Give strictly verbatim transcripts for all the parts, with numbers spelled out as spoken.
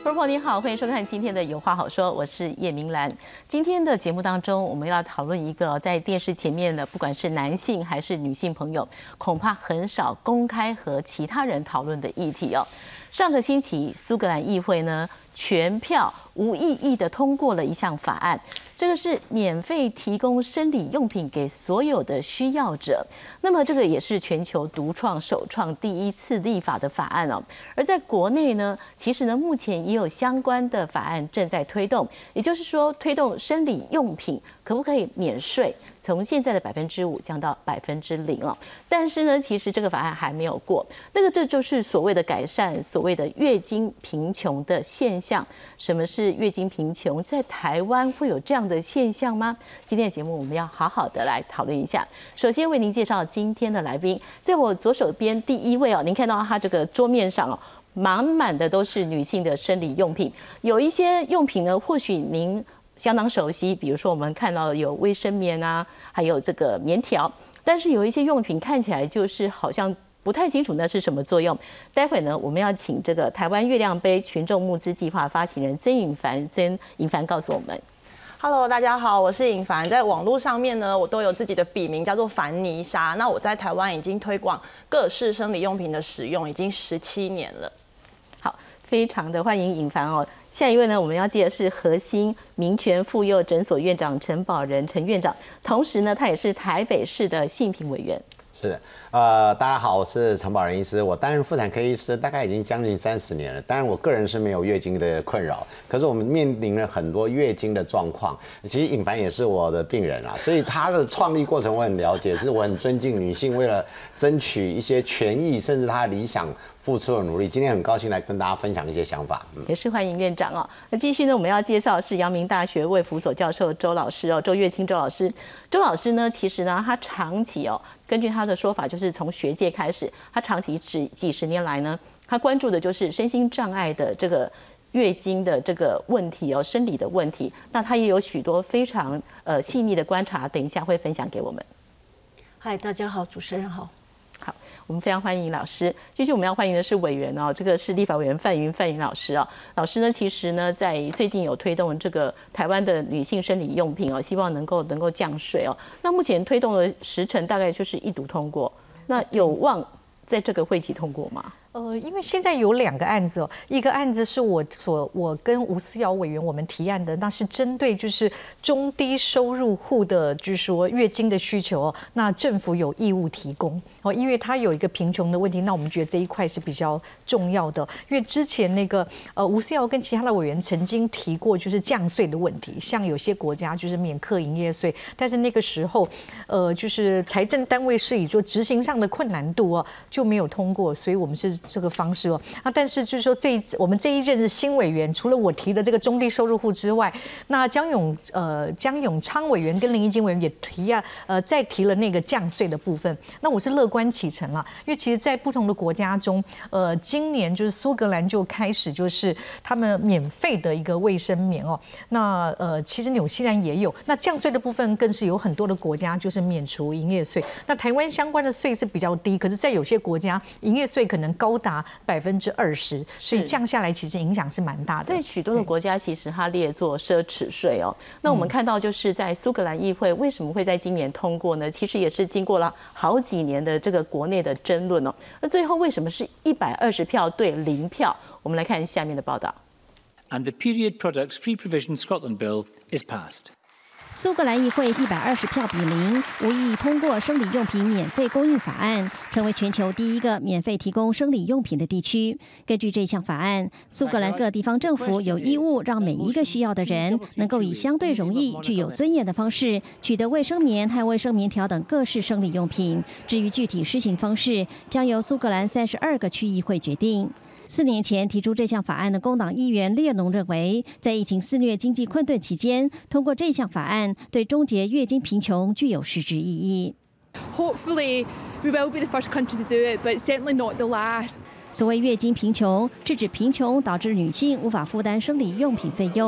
朋友你好，欢迎收看今天的有话好说，我是叶明兰。今天的节目当中，我们要讨论一个在电视前面的，不管是男性还是女性朋友，恐怕很少公开和其他人讨论的议题哦。上个星期，苏格兰议会呢全票无异议的通过了一项法案，这个是免费提供生理用品给所有的需要者。那么这个也是全球独创、首创第一次立法的法案哦。而在国内呢，其实呢目前也有相关的法案正在推动，也就是说推动生理用品可不可以免税，从现在的百分之五降到百分之零哦。但是呢，其实这个法案还没有过。那个这就是所谓的改善所谓的月经贫穷的现象。什么是月经贫穷？在台湾会有这样的现象吗？今天的节目我们要好好的来讨论一下。首先为您介绍今天的来宾，在我左手边第一位哦，您看到他这个桌面上哦，满满的都是女性的生理用品，有一些用品呢，或许您相当熟悉，比如说我们看到有卫生棉啊，还有这个棉条，但是有一些用品看起来就是好像不太清楚那是什么作用。待会呢，我们要请这个台湾月亮杯群众募资计划发起人曾颖凡，曾颖凡告诉我们。 Hello， 大家好，我是颖凡。在网络上面呢，我都有自己的笔名，叫做凡妮莎。那我在台湾已经推广各式生理用品的使用，已经十七年了。 好，非常的欢迎颖凡哦。下一位呢，我们要介的是核心民权妇幼诊所院长陈保仁陈院长，同时呢，他也是台北市的性平委员。 是的，呃，大家好，我是陈保仁医师，我担任妇产科医师大概已经将近三十年了。当然，我个人是没有月经的困扰，可是我们面临了很多月经的状况。其实颖凡也是我的病人啊，所以他的创立过程我很了解，是我很尊敬女性为了争取一些权益，甚至她的理想付出的努力。今天很高兴来跟大家分享一些想法， 嗯、也是欢迎院长哦。那继续呢，我们要介绍的是阳明大学卫福所教授周老师哦，周月清周老师。周老师呢，其实呢，他长期哦，根据他的说法，就是从学界开始，他长期几几十年来呢，他关注的就是身心障碍的这个月经的这个问题哦，生理的问题。那他也有许多非常呃细腻的观察，等一下会分享给我们。 嗨，大家好，主持人好。 好，我们非常欢迎老师。继续我们要欢迎的是委员哦，这个是立法委员范云范云老师哦。老师呢，其实呢，在最近有推动这个台湾的女性生理用品哦，希望能够能够降税哦。那目前推动的时程大概就是一读通过，那有望在这个会期通过吗？ 呃，因为现在有两个案子哦，一个案子是我所我跟吴思瑶委员我们提案的，那是针对就是中低收入户的，就是说月经的需求哦，那政府有义务提供哦，因为它有一个贫穷的问题，那我们觉得这一块是比较重要的。因为之前那个呃吴思瑶跟其他的委员曾经提过，就是降税的问题，像有些国家就是免课营业税，但是那个时候呃就是财政单位是以说执行上的困难度哦就没有通过，所以我们是这个方式哦。那但是就是说最我们这一任的新委员，除了我提的这个中低收入户之外，那江永呃江永昌委员跟林义金委员也提啊呃再提了那个降税的部分。那我是乐观其成了，因为其实在不同的国家中，呃今年就是苏格兰就开始就是他们免费的一个卫生棉哦。那呃其实纽西兰也有，那降税的部分更是有很多的国家就是免除营业税。那台湾相关的税是比较低，可是在有些国家营业税可能高达百分之二十，所以降下来其实影响是蛮大的。 在许多的国家，其实它列作奢侈税哦。那我们看到就是在苏格兰议会为什么会在今年通过呢？其实也是经过了好几年的这个国内的争论哦。那最后为什么是一百二十票对零票？我们来看下面的报道。 And the Period Products Free Provision Scotland Bill is passed. 苏格兰议会一百二十票比零，无异议通过生理用品免费供应法案，成为全球第一个免费提供生理用品的地区。根据这项法案，苏格兰各地方政府有义务让每一个需要的人能够以相对容易、具有尊严的方式取得卫生棉和卫生棉条等各式生理用品。至于具体施行方式，将由苏格兰三十二个区议会决定。四年前提出这项法案的工党议员列侬认为，在疫情肆虐、经济困顿期间，通过这项法案对终结月经贫穷具有实质意义。 Hopefully, we will be the first country to do it, but certainly not the last. 所谓月经贫穷，是指贫穷导致女性无法负担生理用品费用。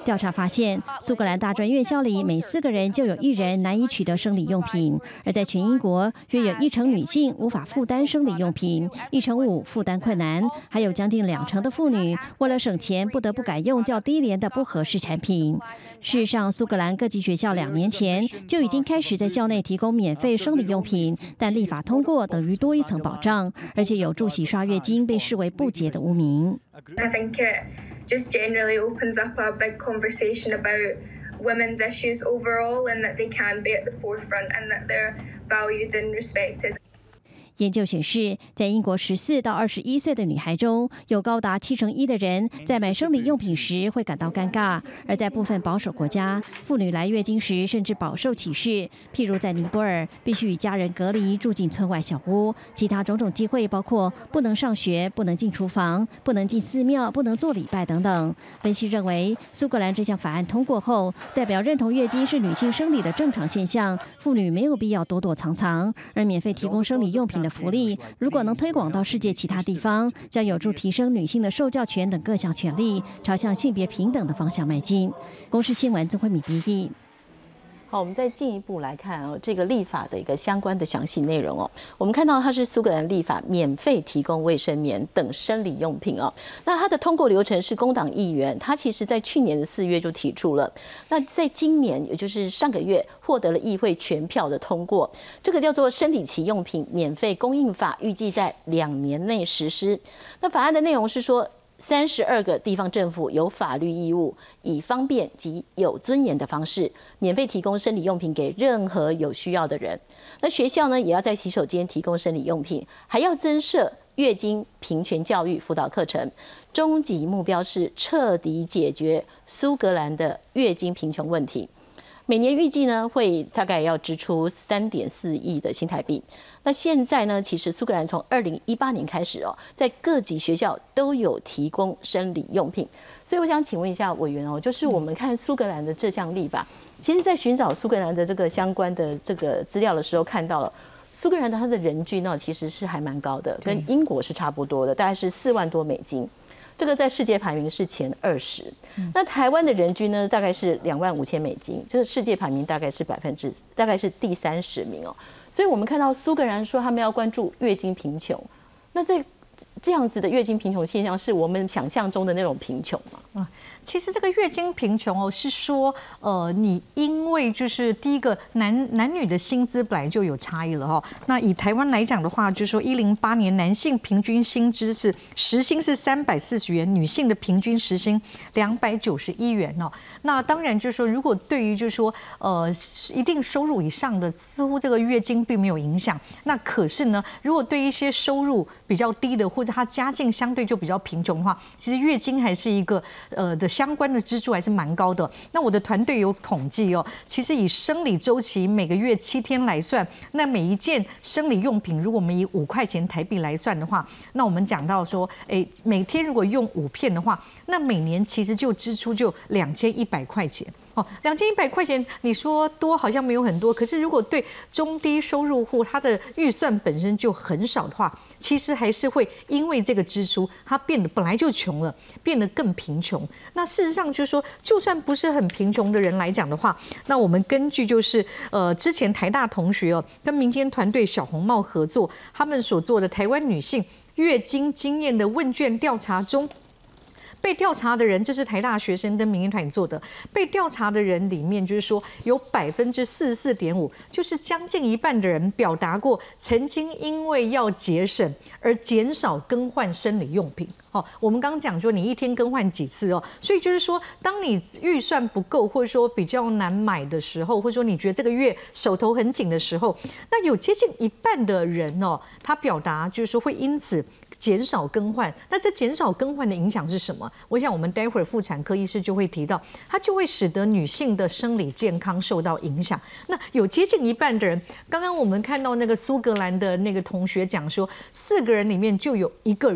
调查发现，苏格兰大专院校里每四个人就有一人难以取得生理用品，而在全英国，约有一成女性无法负担生理用品，一成五负担困难，还有将近两成的妇女为了省钱，不得不改用较低廉的不合适产品。事实上，苏格兰各级学校两年前就已经开始在校内提供免费生理用品，但立法通过等于多一层保障，而且有助洗刷月经被视为不洁的污名。 I think it just generally opens up a big conversation about women's issues overall, and that they can be at the forefront and that they're valued and respected. 研究显示，在英国十四到二十一岁的女孩中，有高达七成一的人在买生理用品时会感到尴尬；而在部分保守国家，妇女来月经时甚至饱受歧视。譬如在尼泊尔，必须与家人隔离，住进村外小屋；其他种种机会包括不能上学、不能进厨房、不能进寺庙、不能做礼拜等等。分析认为，苏格兰这项法案通过后，代表认同月经是女性生理的正常现象，妇女没有必要躲躲藏藏，而免费提供生理用品的福利，如果能推广到世界其他地方，将有助提升女性的受教权等各项权利，朝向性别平等的方向迈进。公视新闻曾慧敏编译。 好，我们再进一步来看哦，这个立法的一个相关的详细内容哦。我们看到它是苏格兰立法免费提供卫生棉等生理用品哦。那它的通过流程是工党议员，他其实在去年的四月就提出了，那在今年也就是上个月获得了议会全票的通过。这个叫做生理期用品免费供应法，预计在两年内实施。那法案的内容是说，三十二个地方政府有法律义务，以方便及有尊严的方式，免费提供生理用品给任何有需要的人。那学校呢，也要在洗手间提供生理用品，还要增设月经平权教育辅导课程。终极目标是彻底解决苏格兰的月经贫穷问题。每年预计呢，会大概要支出三点四亿的新台币。那现在呢，其实苏格兰从二零一八年开始哦，在各级学校都有提供生理用品。所以我想请问一下委员哦，就是我们看苏格兰的这项立法，其实在寻找苏格兰的这个相关的这个资料的时候，看到了苏格兰的它的人均呢，其实是还蛮高的，跟英国是差不多的，大概是四万多美金。这个在世界排名是前二十，那台湾的人均呢大概是两万五千美金，这个世界排名大概是百分之大概是第三十名哦。所以我们看到苏格兰说他们要关注月经贫穷，那这这样子的月经贫穷现象是我们想象中的那种贫穷吗？ 啊，其实这个月经贫穷哦，是说呃，你因为就是第一个男男女的薪资本来就有差异了哈、哦。那以台湾来讲的话，就是说一零八年男性平均薪资是时薪是三百四十元，女性的平均时薪两百九十一元哦。那当然就是说，如果对于就是说呃一定收入以上的，似乎这个月经并没有影响。那可是呢，如果对一些收入比较低的，或者他家境相对就比较贫穷的话，其实月经还是一个呃的相关的支出还是蛮高的。那我的团队有统计哦，其实以生理周期每个月七天来算，那每一件生理用品，如果我们以五块钱台币来算的话，那我们讲到说，哎，每天如果用五片的话，那每年其实就支出就两千一百块钱。哦，两千一百块钱，你说多好像没有很多，可是如果对中低收入户，他的预算本身就很少的话，其实还是会因为这个支出，他变得本来就穷了，变得更贫穷。那事实上就是说，就算不是很贫穷的人来讲的话，那我们根据就是呃之前台大同学哦跟民间团队小红帽合作，他们所做的台湾女性月经经验的问卷调查中。被调查的人，这是台大学生跟民间团体做的。被调查的人里面，就是说有百分之四十四点五，就是将近一半的人表达过曾经因为要节省而减少更换生理用品。哦，我们刚刚讲说你一天更换几次哦，所以就是说，当你预算不够，或者说比较难买的时候，或者说你觉得这个月手头很紧的时候，那有接近一半的人哦，他表达就是说会因此减少更换。那这减少更换的影响是什么？我想我们待会儿妇产科医师就会提到，它就会使得女性的生理健康受到影响。那有接近一半的人，刚刚我们看到那个苏格兰的那个同学讲说，四个人里面就有一个人。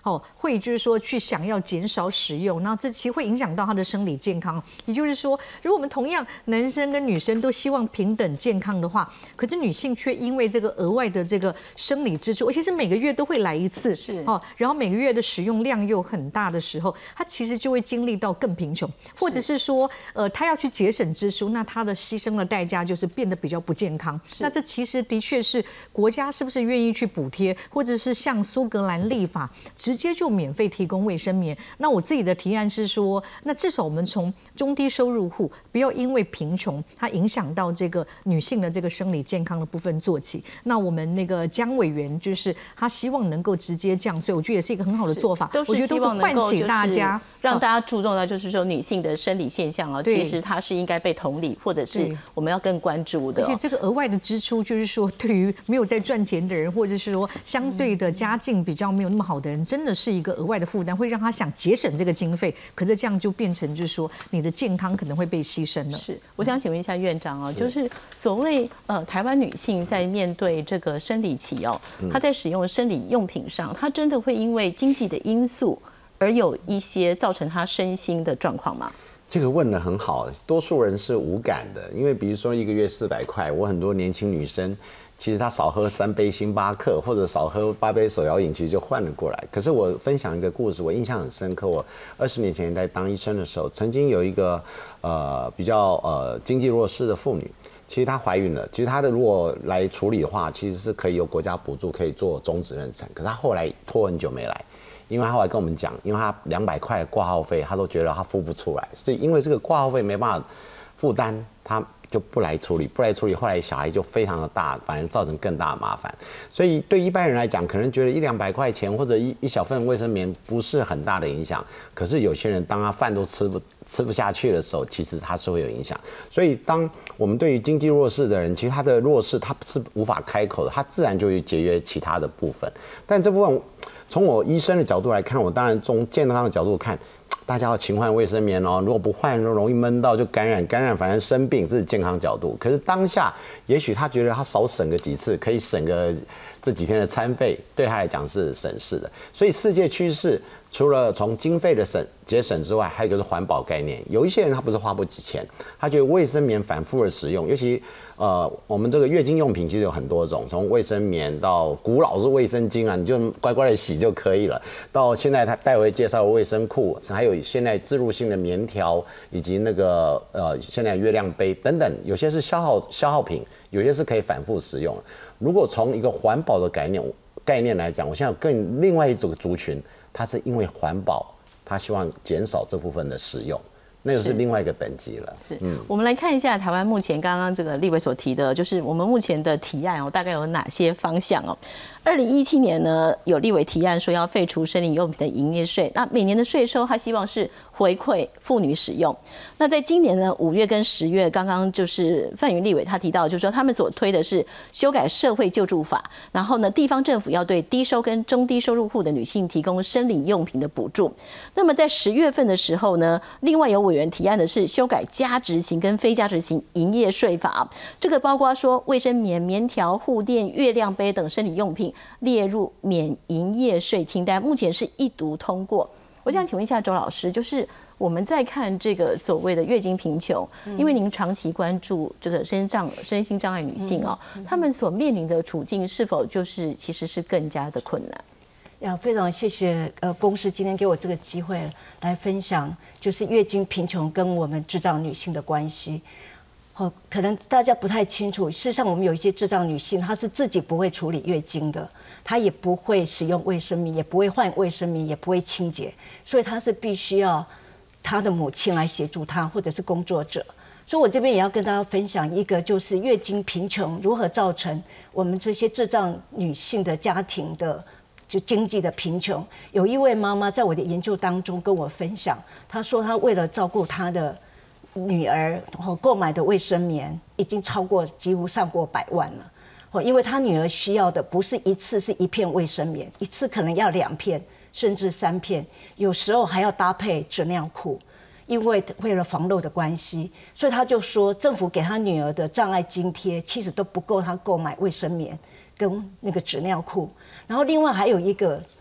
哦，会就是说去想要减少使用，那这其实会影响到他的生理健康。也就是说，如果我们同样男生跟女生都希望平等健康的话，可是女性却因为这个额外的这个生理支出，而且是每个月都会来一次， 是哦，然后每个月的使用量又很大的时候，她其实就会经历到更贫穷，或者是说，呃，她要去节省支出，那她的牺牲的代价就是变得比较不健康。那这其实的确是国家是不是愿意去补贴，或者是像苏格兰立法直接就免费提供卫生棉？那我自己的提案是说，那至少我们从中低收入户不要因为贫穷它影响到这个女性的这个生理健康的部分做起。那我们那个江委员就是他希望能够直接降税，我觉得也是一个很好的做法。我觉得都是唤起大家， 让大家注重到就是说女性的生理现象啊，其实它是应该被同理，或者是我们要更关注的。 而且这个额外的支出，就是说对于没有在赚钱的人，或者是说相对的家境比较没有那么好的人，真的是一个额外的负担，会让他想节省这个经费。可是这样就变成就是说你的健康可能会被牺牲了。 是，我想请问一下院长啊，就是所谓呃台湾女性在面对这个生理期哦，她在使用生理用品上，她真的会因为经济的因素而有一些造成她身心的状况吗？ 这个问得很好，多数人是无感的，因为比如说一个月四百块，我很多年轻女生，其实她少喝三杯星巴克或者少喝八杯手摇饮，其实就换了过来。可是我分享一个故事，我印象很深刻。我二十年前在当医生的时候，曾经有一个呃比较呃经济弱势的妇女，其实她怀孕了，其实她的如果来处理的话，其实是可以由国家补助，可以做终止妊娠。可是她后来拖很久没来。因为他后来跟我们讲，因为他两百块挂号费，他都觉得他付不出来，是因为这个挂号费没办法负担，他就不来处理，不来处理，后来小孩就非常的大，反而造成更大的麻烦。所以对一般人来讲，可能觉得一两百块钱或者一一小份卫生棉不是很大的影响，可是有些人当他饭都吃不吃不下去的时候，其实他是会有影响。所以当我们对于经济弱势的人，其实他的弱势他是无法开口的，他自然就会节约其他的部分。但这部分从我医生的角度来看，我当然从健康的角度看，大家要勤换卫生棉哦，如果不换，就容易闷到就感染，感染反而生病，这是健康角度。可是当下，也许他觉得他少省个几次，可以省个这几天的餐费，对他来讲是省事的。所以世界趋势除了从经费的省节省之外，还有一个是环保概念。有一些人他不是花不起钱，他觉得卫生棉反复的使用，尤其呃我们这个月经用品其实有很多种，从卫生棉到古老是卫生巾啊，你就乖乖的洗就可以了，到现在他待会介绍的卫生裤，还有现在置入性的棉条，以及那个呃现在月亮杯等等，有些是消耗消耗品，有些是可以反复使用。如果从一个环保的概念概念来讲，我现在有更另外一种族群。它是因为环保，他希望减少这部分的使用，那个是另外一个等级了。 是，嗯，我们来看一下台湾目前刚刚这个立委所提的，就是我们目前的提案哦，大概有哪些方向哦？二零一七年呢，有立委提案说要废除生理用品的营业税，那每年的税收，他希望是回馈妇女使用。那在今年呢，五月跟十月，刚刚就是范云立委他提到，就是说他们所推的是修改社会救助法，然后呢，地方政府要对低收跟中低收入户的女性提供生理用品的补助。那么在十月份的时候呢，另外有委员提案的是修改加值型跟非加值型营业税法，这个包括说卫生棉、棉条、护垫、月亮杯等生理用品列入免营业税清单，目前是一读通过。我想请问一下周老师，就是我们在看这个所谓的月经贫穷，因为您长期关注这个身障身心障碍女性哦，她们所面临的处境是否就是其实是更加的困难？ 呀，非常谢谢呃公司今天给我这个机会来分享，就是月经贫穷跟我们智障女性的关系。哦，可能大家不太清楚，事实上我们有一些智障女性，她是自己不会处理月经的，她也不会使用卫生棉，也不会换卫生棉，也不会清洁，所以她是必须要她的母亲来协助她，或者是工作者。所以我这边也要跟大家分享一个，就是月经贫穷如何造成我们这些智障女性的家庭的就经济的贫穷。有一位妈妈在我的研究当中跟我分享，她说她为了照顾她的女儿购买的卫生棉已经超过几乎上过百万了，因为她女儿需要的不是一次是一片卫生棉，一次可能要两片甚至三片，有时候还要搭配纸尿裤，因为为了防漏的关系，所以她就说政府给她女儿的障碍津贴其实都不够她购买卫生棉跟那个纸尿裤。然后另外还有一个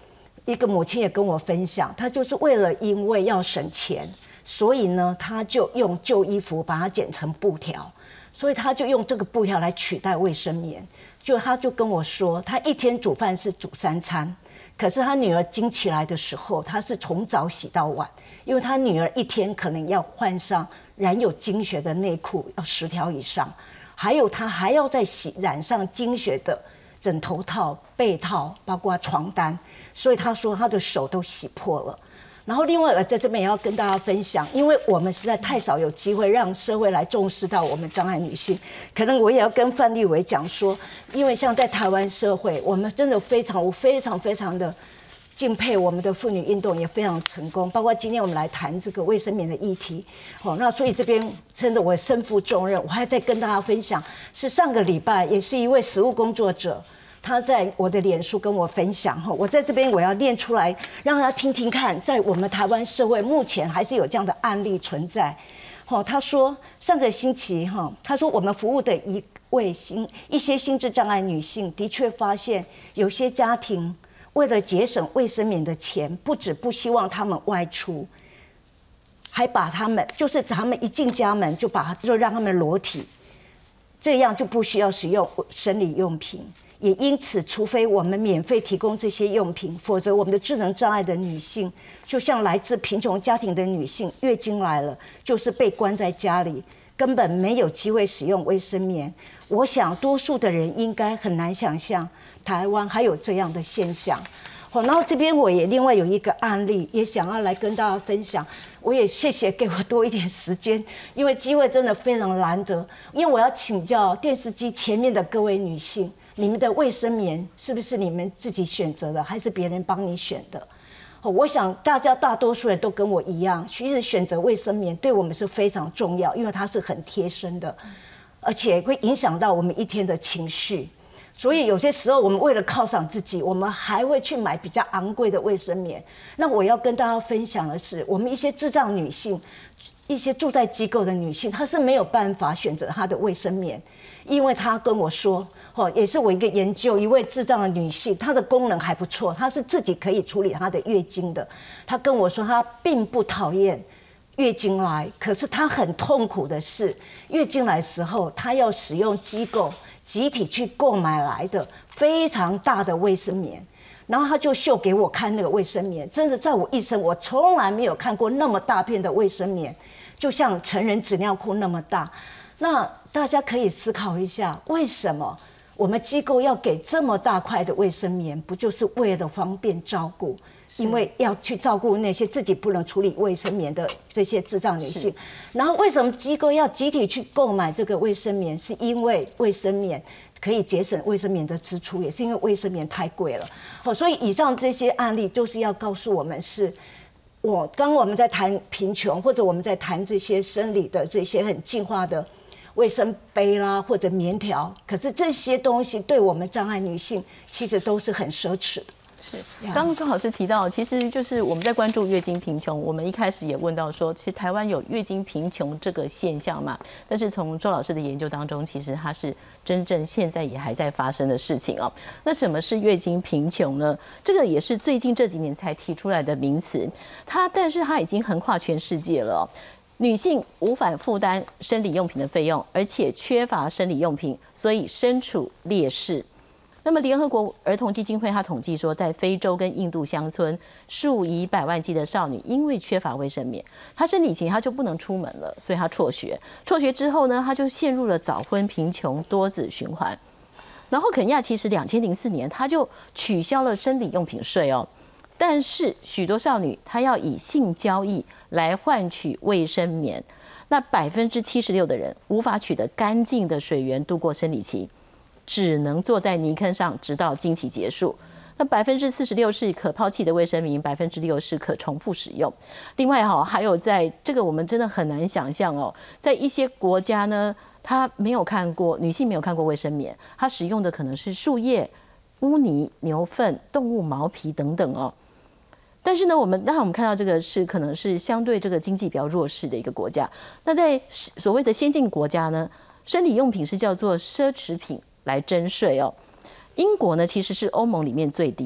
一个母亲也跟我分享，她就是为了因为要省钱，所以呢，她就用旧衣服把它剪成布条，所以她就用这个布条来取代卫生棉。就她就跟我说，她一天煮饭是煮三餐，可是她女儿经起来的时候，她是从早洗到晚，因为她女儿一天可能要换上染有经血的内裤要十条以上，还有她还要再洗染上经血的枕头套、被套，包括床单，所以她说她的手都洗破了。然后另外，我在这边也要跟大家分享，因为我们实在太少有机会让社会来重视到我们障碍女性，可能我也要跟范立伟讲说，因为像在台湾社会，我们真的非常、我非常非常的敬佩我们的妇女运动，也非常成功。包括今天我们来谈这个卫生棉的议题，哦，那所以这边真的我身负重任，我还在跟大家分享，是上个礼拜也是一位实务工作者。他在我的脸书跟我分享，我在这边我要念出来，让他听听看，在我们台湾社会目前还是有这样的案例存在。他说上个星期，他说我们服务的一位心一些心智障碍女性，的确发现有些家庭为了节省卫生棉的钱，不止不希望他们外出，还把他们就是他们一进家门就把就让他们裸体，这样就不需要使用生理用品。也因此，除非我们免费提供这些用品，否则我们的智能障碍的女性，就像来自贫穷家庭的女性，月经来了就是被关在家里，根本没有机会使用卫生棉。我想，多数的人应该很难想象台湾还有这样的现象。好，然后这边我也另外有一个案例，也想要来跟大家分享。我也谢谢给我多一点时间，因为机会真的非常难得。因为我要请教电视机前面的各位女性。你们的卫生棉是不是你们自己选择的，还是别人帮你选的？我想大家大多数人都跟我一样，其实选择卫生棉对我们是非常重要，因为它是很贴身的，而且会影响到我们一天的情绪。所以有些时候我们为了犒赏自己，我们还会去买比较昂贵的卫生棉。那我要跟大家分享的是，我们一些智障女性，一些住在机构的女性，她是没有办法选择她的卫生棉，因为她跟我说。也是我一个研究，一位智障的女性，她的功能还不错，她是自己可以处理她的月经的。她跟我说，她并不讨厌月经来，可是她很痛苦的是，月经来时候，她要使用机构集体去购买来的非常大的卫生棉，然后她就秀给我看那个卫生棉，真的在我一生我从来没有看过那么大片的卫生棉，就像成人纸尿裤那么大。那大家可以思考一下，为什么？我们机构要给这么大块的卫生棉，不就是为了方便照顾？因为要去照顾那些自己不能处理卫生棉的这些智障女性。然后为什么机构要集体去购买这个卫生棉？是因为卫生棉可以节省卫生棉的支出，也是因为卫生棉太贵了。好，所以以上这些案例就是要告诉我们是。我刚我们在谈贫穷，或者我们在谈这些生理的这些很进化的卫生杯啦，或者棉条，可是这些东西对我们障碍女性其实都是很奢侈的。 是，刚刚周老师提到，其实就是我们在关注月经贫穷，我们一开始也问到说，其实台湾有月经贫穷这个现象嘛？但是从周老师的研究当中，其实它是真正现在也还在发生的事情哦。那什么是月经贫穷呢？这个也是最近这几年才提出来的名词，它但是它已经横跨全世界了哦。女性无法负担生理用品的费用，而且缺乏生理用品，所以身处劣势。那么，联合国儿童基金会它统计说，在非洲跟印度乡村，数以百万计的少女因为缺乏卫生棉，她生理期她就不能出门了，所以她辍学。辍学之后呢，她就陷入了早婚、贫穷、多子循环。然后，肯亚其实两千零四年，她就取消了生理用品税哦。但是许多少女她要以性交易来换取卫生棉，那百分之七十六的人无法取得干净的水源度过生理期，只能坐在泥坑上直到经期结束。那百分之四十六是可抛弃的卫生棉，百分之六是可重复使用。另外哈，还有在这个我们真的很难想象哦，在一些国家呢，她没有看过女性没有看过卫生棉，她使用的可能是树叶、污泥、牛粪、动物毛皮等等哦。但是呢，我们当然我们看到这个是可能是相对这个经济比较弱势的一个国家。那在所谓的先进国家呢，生理用品是叫做奢侈品来征税哦。英国呢其实是欧盟里面最低的，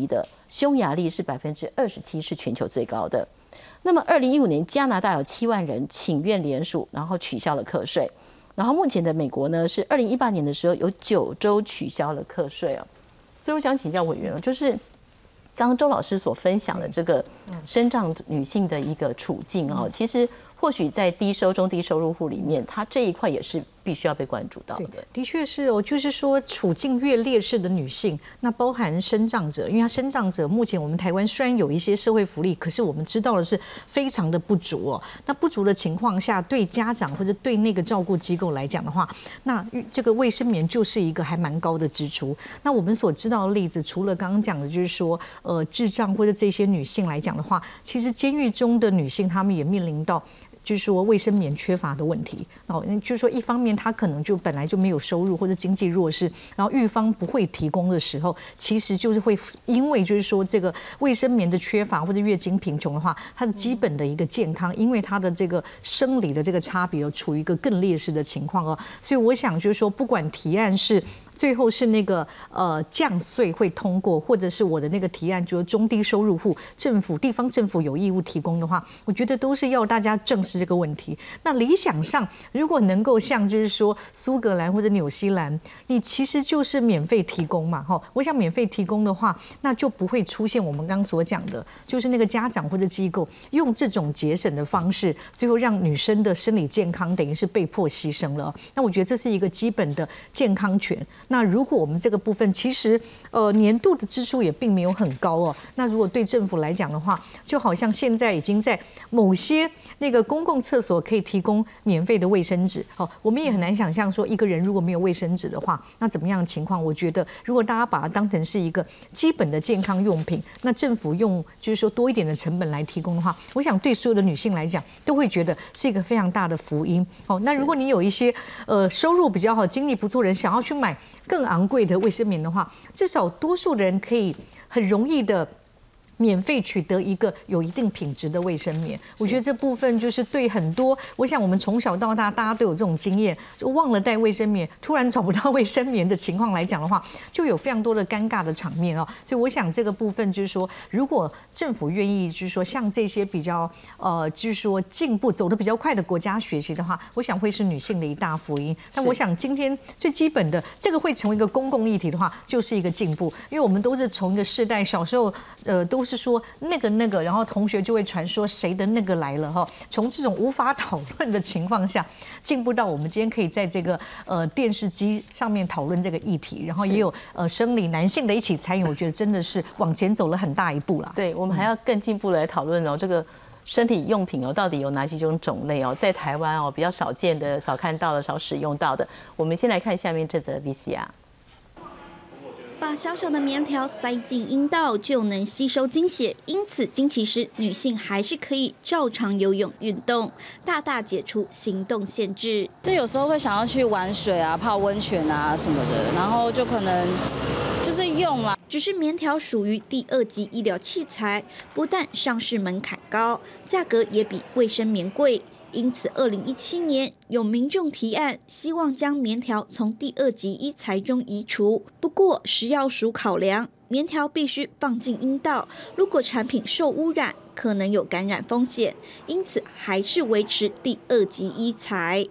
匈牙利是百分之二十七，是全球最高的。那么二零一五年加拿大有七万人请愿联署，然后取消了课税。然后目前的美国呢，是二零一八年的时候有九州取消了课税哦。所以我想请教委员哦，就是刚刚周老师所分享的这个身障女性的一个处境哦，其实或许在低收中低收入户里面，它这一块也是必须要被关注到的。 的确是哦，就是说处境越劣势的女性，那包含身障者，因为她身障者目前我们台湾虽然有一些社会福利，可是我们知道的是非常的不足哦。那不足的情况下，对家长或者对那个照顾机构来讲的话，那这个卫生棉就是一个还蛮高的支出。那我们所知道的例子，除了刚刚讲的，就是说呃智障或者这些女性来讲的话，其实监狱中的女性她们也面临到就是说卫生棉缺乏的问题哦，就是说一方面她可能就本来就没有收入或者经济弱势，然后狱方不会提供的时候，其实就是会因为就是说这个卫生棉的缺乏或者月经贫穷的话，她的基本的一个健康，因为她的这个生理的这个差别有处于一个更劣势的情况哦，所以我想就是说，不管提案是最后是那个呃降税会通过，或者是我的那个提案，就是中低收入户政府地方政府有义务提供的话，我觉得都是要大家正视这个问题。那理想上，如果能够像就是说苏格兰或者纽西兰，你其实就是免费提供嘛，哈，我想免费提供的话，那就不会出现我们刚刚所讲的，就是那个家长或者机构用这种节省的方式，最后让女生的生理健康等于是被迫牺牲了。那我觉得这是一个基本的健康权。那如果我们这个部分其实呃年度的支出也并没有很高哦，那如果对政府来讲的话，就好像现在已经在某些那个公共厕所可以提供免费的卫生纸，哦，我们也很难想象说一个人如果没有卫生纸的话，那怎么样的情况？我觉得如果大家把它当成是一个基本的健康用品，那政府用就是说多一点的成本来提供的话，我想对所有的女性来讲都会觉得是一个非常大的福音哦。那如果你有一些呃收入比较好、经济不错的人想要去买更昂贵的卫生棉的话，至少多数的人可以很容易的免费取得一个有一定品质的卫生棉。我觉得这部分就是对很多，我想我们从小到大大家都有这种经验，就忘了带卫生棉，突然找不到卫生棉的情况来讲的话，就有非常多的尴尬的场面哦。所以我想这个部分就是说，如果政府愿意就是说像这些比较呃就是说进步走得比较快的国家学习的话，我想会是女性的一大福音。但我想今天最基本的这个会成为一个公共议题的话，就是一个进步，因为我们都是从一个世代小时候呃都是是说那个那个，然后同学就会传说谁的那个来了哈。从这种无法讨论的情况下，进步到我们今天可以在这个呃电视机上面讨论这个议题，然后也有呃生理男性的一起参与，我觉得真的是往前走了很大一步啦。 对，我们还要更进步来讨论哦，这个身体用品哦，到底有哪几种种类哦，在台湾哦比较少见的、少看到的、少使用到的。我们先来看下面这则 V C R。 把小小的棉条塞进阴道就能吸收经血，因此经期时女性还是可以照常游泳运动，大大解除行动限制。 这有时候会想要去玩水啊、泡温泉啊什么的，然后就可能就是用啦。 只是棉条属于第二级医疗器材，不但上市门槛高，价格也比卫生棉贵。因此，二零一七年有民众提案，希望将棉条从第二级医材中移除。不过，食药署考量，棉条必须放进阴道，如果产品受污染，可能有感染风险，因此还是维持第二级医材。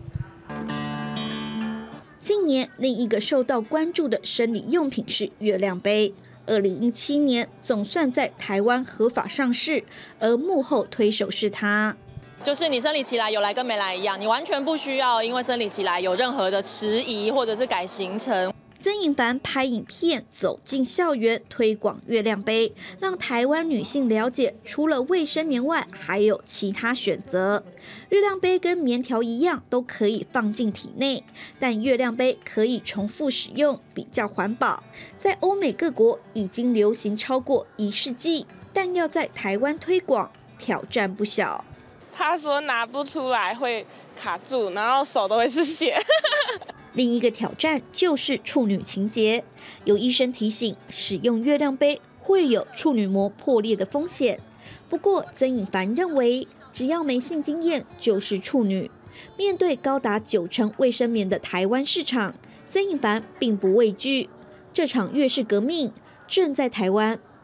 近年另一个受到关注的生理用品是月亮杯。二零一七年总算在台湾合法上市，而幕后推手是它。 就是你生理期来有来跟没来一样，你完全不需要因为生理期来有任何的迟疑或者是改行程。 曾颖凡拍影片走进校园推广月亮杯，让台湾女性了解除了卫生棉外还有其他选择。月亮杯跟棉条一样都可以放进体内，但月亮杯可以重复使用，比较环保，在欧美各国已经流行超过一世纪，但要在台湾推广挑战不小。 他说拿不出来会卡住，然后手都会是血。 另一个挑战就是处女情节，有医生提醒，使用月亮杯会有处女膜破裂的风险。不过曾颖凡认为，只要没性经验就是处女。面对高达九成卫生棉的台湾市场，曾颖凡并不畏惧。这场月事革命正在台湾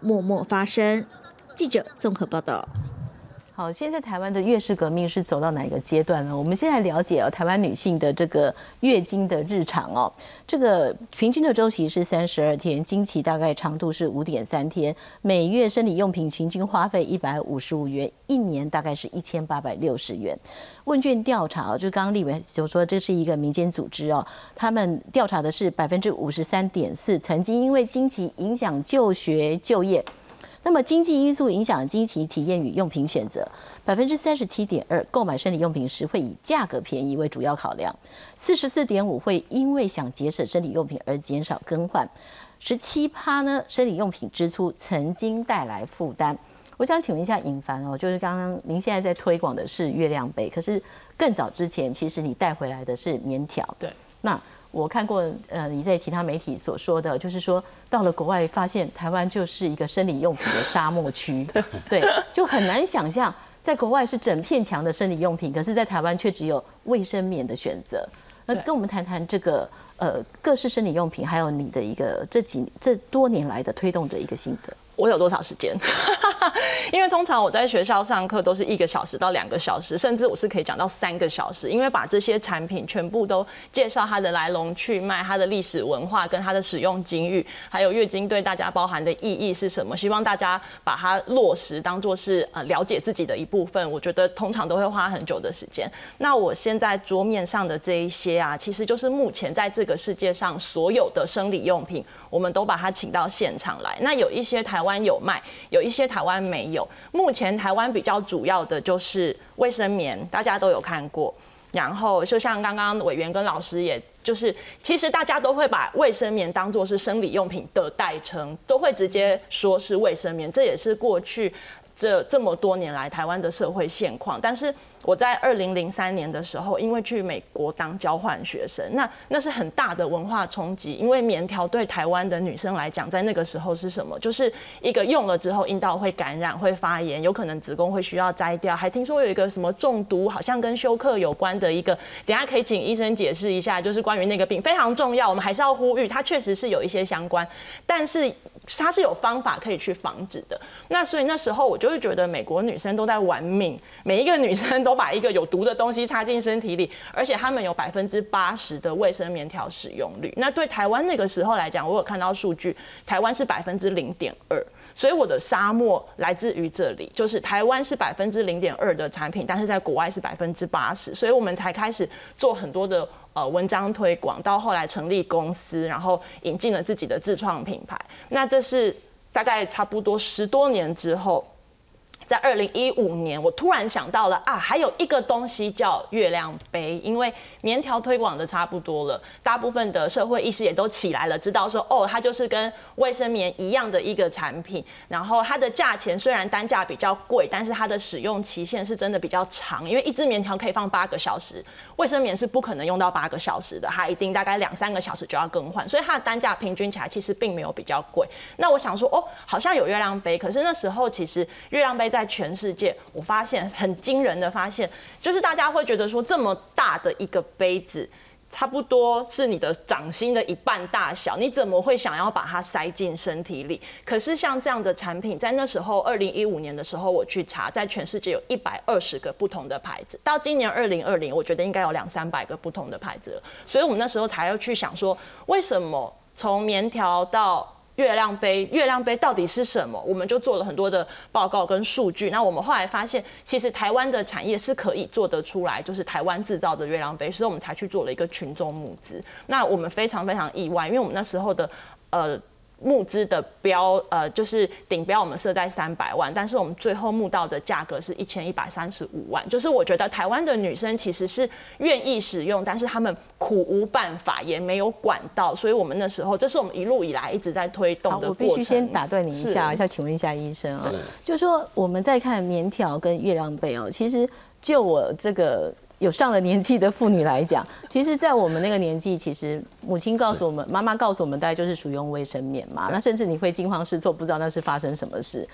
默默发声。记者综合报道。 好，现在台湾的月事革命是走到哪一个阶段呢？我们现在了解哦，台湾女性的这个月经的日常哦，这个平均的周期是三十二天，经期大概长度是五点三天，每月生理用品平均花费一百五十五元，一年大概是一千八百六十元。问卷调查哦，就刚刚立委就说这是一个民间组织哦，他们调查的是百分之五十三点四曾经因为经期影响就学就业。那么经济因素影响经期体验与用品选择，百分之三十七点二购买生理用品时会以价格便宜为主要考量，四十四点五会因为想节省生理用品而减少更换，十七趴呢生理用品支出曾经带来负担。我想请问一下颖凡哦，就是刚刚您现在在推广的是月亮杯，可是更早之前其实你带回来的是棉条， 对， 那。我看过，呃，你在其他媒体所说的，就是说到了国外，发现台湾就是一个生理用品的沙漠区，对，就很难想象，在国外是整片墙的生理用品，可是在台湾却只有卫生棉的选择。那跟我们谈谈这个呃各式生理用品，还有你的一个这几这多年来的推动的一个心得。 我有多少时间？因为通常我在学校上课都是一个小时到两个小时，甚至我是可以讲到三个小时，因为把这些产品全部都介绍它的来龙去脉、它的历史文化跟它的使用经域，还有月经对大家包含的意义是什么，希望大家把它落实当作是呃了解自己的一部分。我觉得通常都会花很久的时间。那我现在桌面上的这一些啊，其实就是目前在这个世界上所有的生理用品，我们都把它请到现场来。那有一些台湾有卖，有一些台湾没有。目前台湾比较主要的就是卫生棉，大家都有看过。然后就像刚刚委员跟老师也就是其实大家都会把卫生棉当作是生理用品的代称，都会直接说是卫生棉，这也是过去这这么多年来台湾的社会现况。但是我在二零零三年的时候，因为去美国当交换学生，那那是很大的文化冲击。因为棉条对台湾的女生来讲，在那个时候是什么？就是一个用了之后阴道会感染、会发炎，有可能子宫会需要摘掉，还听说有一个什么中毒，好像跟休克有关的一个，等一下可以请医生解释一下，就是关于那个病非常重要，我们还是要呼吁，它确实是有一些相关，但是它是有方法可以去防止的。那所以那时候我就会觉得美国女生都在玩命，每一个女生都把一个有毒的东西插进身体里，而且他们有百分之八十的卫生棉条使用率。那对台湾那个时候来讲，我有看到数据，台湾是百分之零点二，所以我的沙漠来自于这里，就是台湾是百分之零点二的产品，但是在国外是百分之八十，所以我们才开始做很多的呃文章推广，到后来成立公司，然后引进了自己的自创品牌。那这是大概差不多十多年之后。在二零一五年，我突然想到了啊，还有一个东西叫月亮杯，因为棉条推广的差不多了，大部分的社会意识也都起来了，知道说哦，它就是跟卫生棉一样的一个产品，然后它的价钱虽然单价比较贵，但是它的使用期限是真的比较长，因为一支棉条可以放八个小时，卫生棉是不可能用到八个小时的，它一定大概两三个小时就要更换，所以它的单价平均起来其实并没有比较贵。那我想说哦，好像有月亮杯，可是那时候其实月亮杯在全世界，我发现很惊人的发现，就是大家会觉得说这么大的一个杯子，差不多是你的掌心的一半大小，你怎么会想要把它塞进身体里？可是像这样的产品，在那时候二零一五年的时候，我去查，在全世界有一百二十个不同的牌子，到今年二零二零，我觉得应该有两三百个不同的牌子了。所以我们那时候才要去想说，为什么从棉条到月亮杯，月亮杯到底是什么？我们就做了很多的报告跟数据。那我们后来发现，其实台湾的产业是可以做得出来，就是台湾制造的月亮杯，所以我们才去做了一个群众募资。那我们非常非常意外，因为我们那时候的呃。募资的标呃就是顶标我们设在三百万，但是我们最后募到的价格是一千一百三十五万。就是我觉得台湾的女生其实是愿意使用，但是她们苦无办法，也没有管道，所以我们那时候这是我们一路以来一直在推动的过程。 我必须先打断你一下，要请问一下医生啊、哦，就是说我们在看棉条跟月亮杯哦，其实就我这个。有上了年纪的妇女来讲，其实，在我们那个年纪，其实母亲告诉我们，妈妈告诉我们，大概就是属于用卫生棉嘛。那甚至你会惊慌失措，不知道那是发生什么事。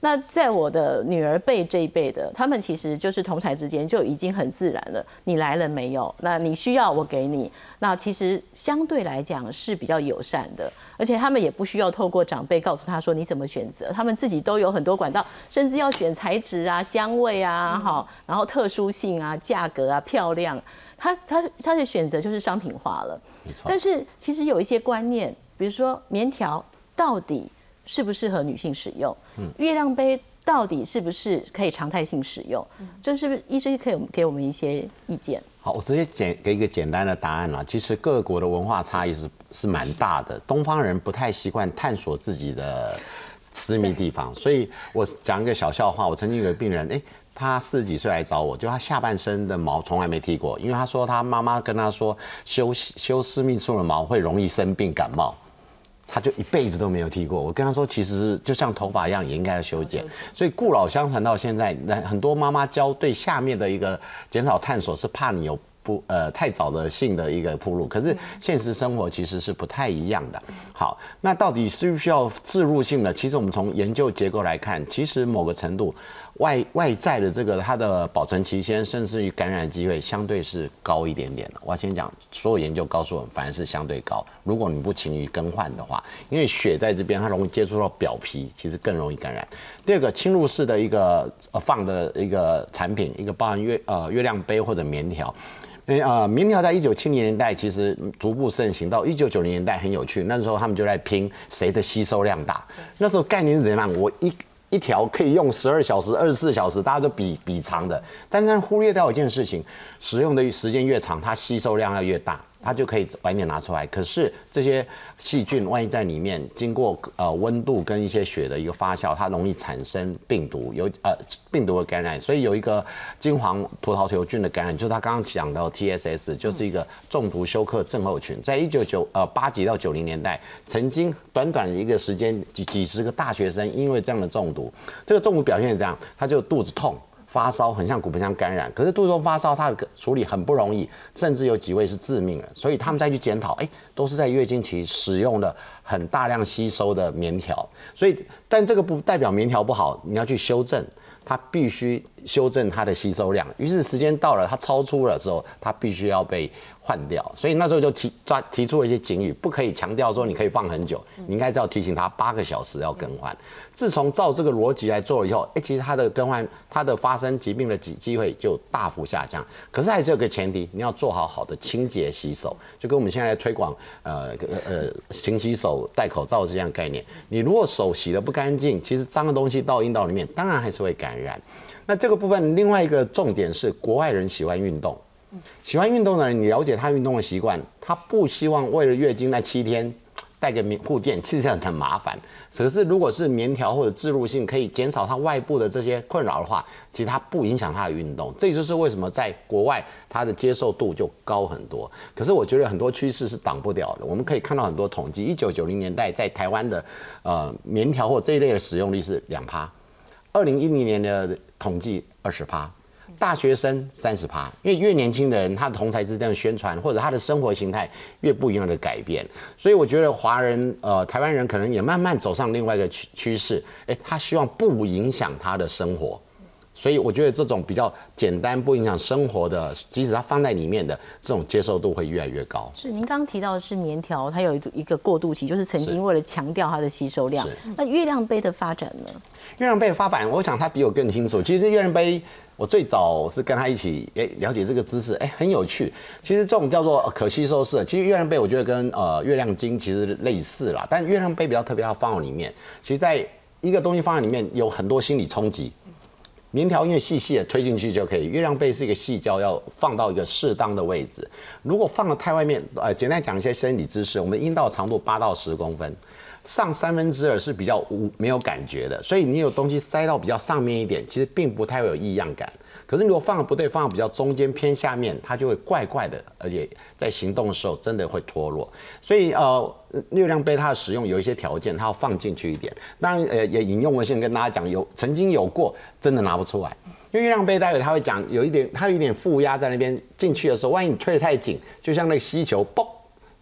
那在我的女儿辈这一辈的，他们其实就是同侪之间就已经很自然了。你来了没有？那你需要我给你。那其实相对来讲是比较友善的，而且他们也不需要透过长辈告诉他说你怎么选择，他们自己都有很多管道，甚至要选材质啊、香味啊，好，然后特殊性啊、价格啊、漂亮，他他他的选择就是商品化了。但是其实有一些观念，比如说棉条到底适不适合女性使用？月亮杯到底是不是可以常态性使用？这是不是医生可以给我们一些意见？ 好，我直接简给一个简单的答案啦。其实各国的文化差异是是蛮大的，东方人不太习惯探索自己的私密地方，所以我讲一个小笑话。我曾经有个病人，哎、欸，他四十几岁来找我，就他下半身的毛从来没剃过，因为他说他妈妈跟他说修修私密处的毛会容易生病感冒。他就一辈子都没有剃过。我跟他说，其实就像头发一样，也应该要修剪。所以故老相传到现在，很多妈妈教对下面的一个减少探索，是怕你有不呃太早的性的一个暴露。可是现实生活其实是不太一样的。好，那到底需不需要置入性的？其实我们从研究结构来看，其实某个程度。外外在的这个它的保存期限，甚至于感染机会相对是高一点点的。我要先讲，所有研究告诉我们，反而是相对高。如果你不勤于更换的话，因为血在这边，它容易接触到表皮，其实更容易感染。第二个，侵入式的一个呃放的一个产品，一个包含月呃月亮杯或者棉条。呃，棉条在一九七零年代其实逐步盛行，到一九九零年代很有趣，那时候他们就在拼谁的吸收量大。那时候概念是怎样？我一一条可以用十二小时、二十四小时，大家就比比长的，但是忽略掉一件事情，使用的时间越长，它吸收量要越大，它就可以晚点拿出来。可是这些细菌万一在里面经过呃温度跟一些血的一个发酵，它容易产生病毒，有呃病毒的感染。所以有一个金黄葡萄球菌的感染，就是他刚刚讲到 T S S， 就是一个中毒休克症候群，在一九九呃八几到九零年代，曾经短短的一个时间，几几十个大学生因为这样的中毒，这个中毒表现是这样，他就肚子痛。发烧很像骨盆腔感染，可是肚中发烧它的处理很不容易，甚至有几位是致命了。所以他们再去检讨，哎，都是在月经期使用了很大量吸收的棉条。所以，但这个不代表棉条不好，你要去修正，它必须修正它的吸收量。于是时间到了，它超出了的时候，它必须要被换掉。所以那时候就提抓提出了一些警语，不可以强调说你可以放很久，你应该是要提醒他八个小时要更换。自从照这个逻辑来做了以后，哎，其实它的更换，它的发生疾病的机机会就大幅下降。可是还是有个前提，你要做好好的清洁洗手，就跟我们现在推广呃呃勤洗手、戴口罩这样的概念。你如果手洗得不干净，其实脏的东西到阴道里面，当然还是会感染。那这个部分另外一个重点是，国外人喜欢运动。喜欢运动的人，你了解他运动的习惯，他不希望为了月经那七天带个护垫，其实很麻烦。可是如果是棉条或者置入性，可以减少他外部的这些困扰的话，其实它不影响他的运动。这就是为什么在国外它的接受度就高很多。可是我觉得很多趋势是挡不了的。我们可以看到很多统计，一九九零年代在台湾的呃棉条或这一类的使用率是两趴，二零一零年的统计二十趴。大学生三十趴，因为越年轻的人，他的同才之间的宣传或者他的生活形态越不一样的改变，所以我觉得华人呃台湾人可能也慢慢走上另外一个趋趋势，哎，他希望不影响他的生活。所以我觉得这种比较简单不影响生活的，即使它放在里面的这种接受度会越来越高。 是，您刚刚提到的是棉条，它有一个过渡期，就是曾经为了强调它的吸收量。那月亮杯的发展呢？ 月亮杯的发展，我想他比我更清楚。其实月亮杯，我最早是跟他一起哎了解这个知识，哎很有趣。其实这种叫做可吸收式，其实月亮杯我觉得跟呃月亮晶其实类似啦，但月亮杯比较特别，它放在里面，其实在一个东西放在里面有很多心理冲击。棉条因为细细的推进去就可以，月亮杯是一个细胶，要放到一个适当的位置。如果放得太外面，呃，简单讲一些生理知识，我们阴道长度八到十公分，上三分之二是比较无没有感觉的，所以你有东西塞到比较上面一点，其实并不太会有异样感。可是如果放的不对，放的比较中间偏下面，它就会怪怪的，而且在行动的时候真的会脱落。所以呃，月亮杯它的使用有一些条件，它要放进去一点。当然呃，也引用文献跟大家讲，有曾经有过真的拿不出来，因为月亮杯待会它会讲有一点，它有一点负压在那边进去的时候，万一你推得太紧，就像那个吸球，嘣。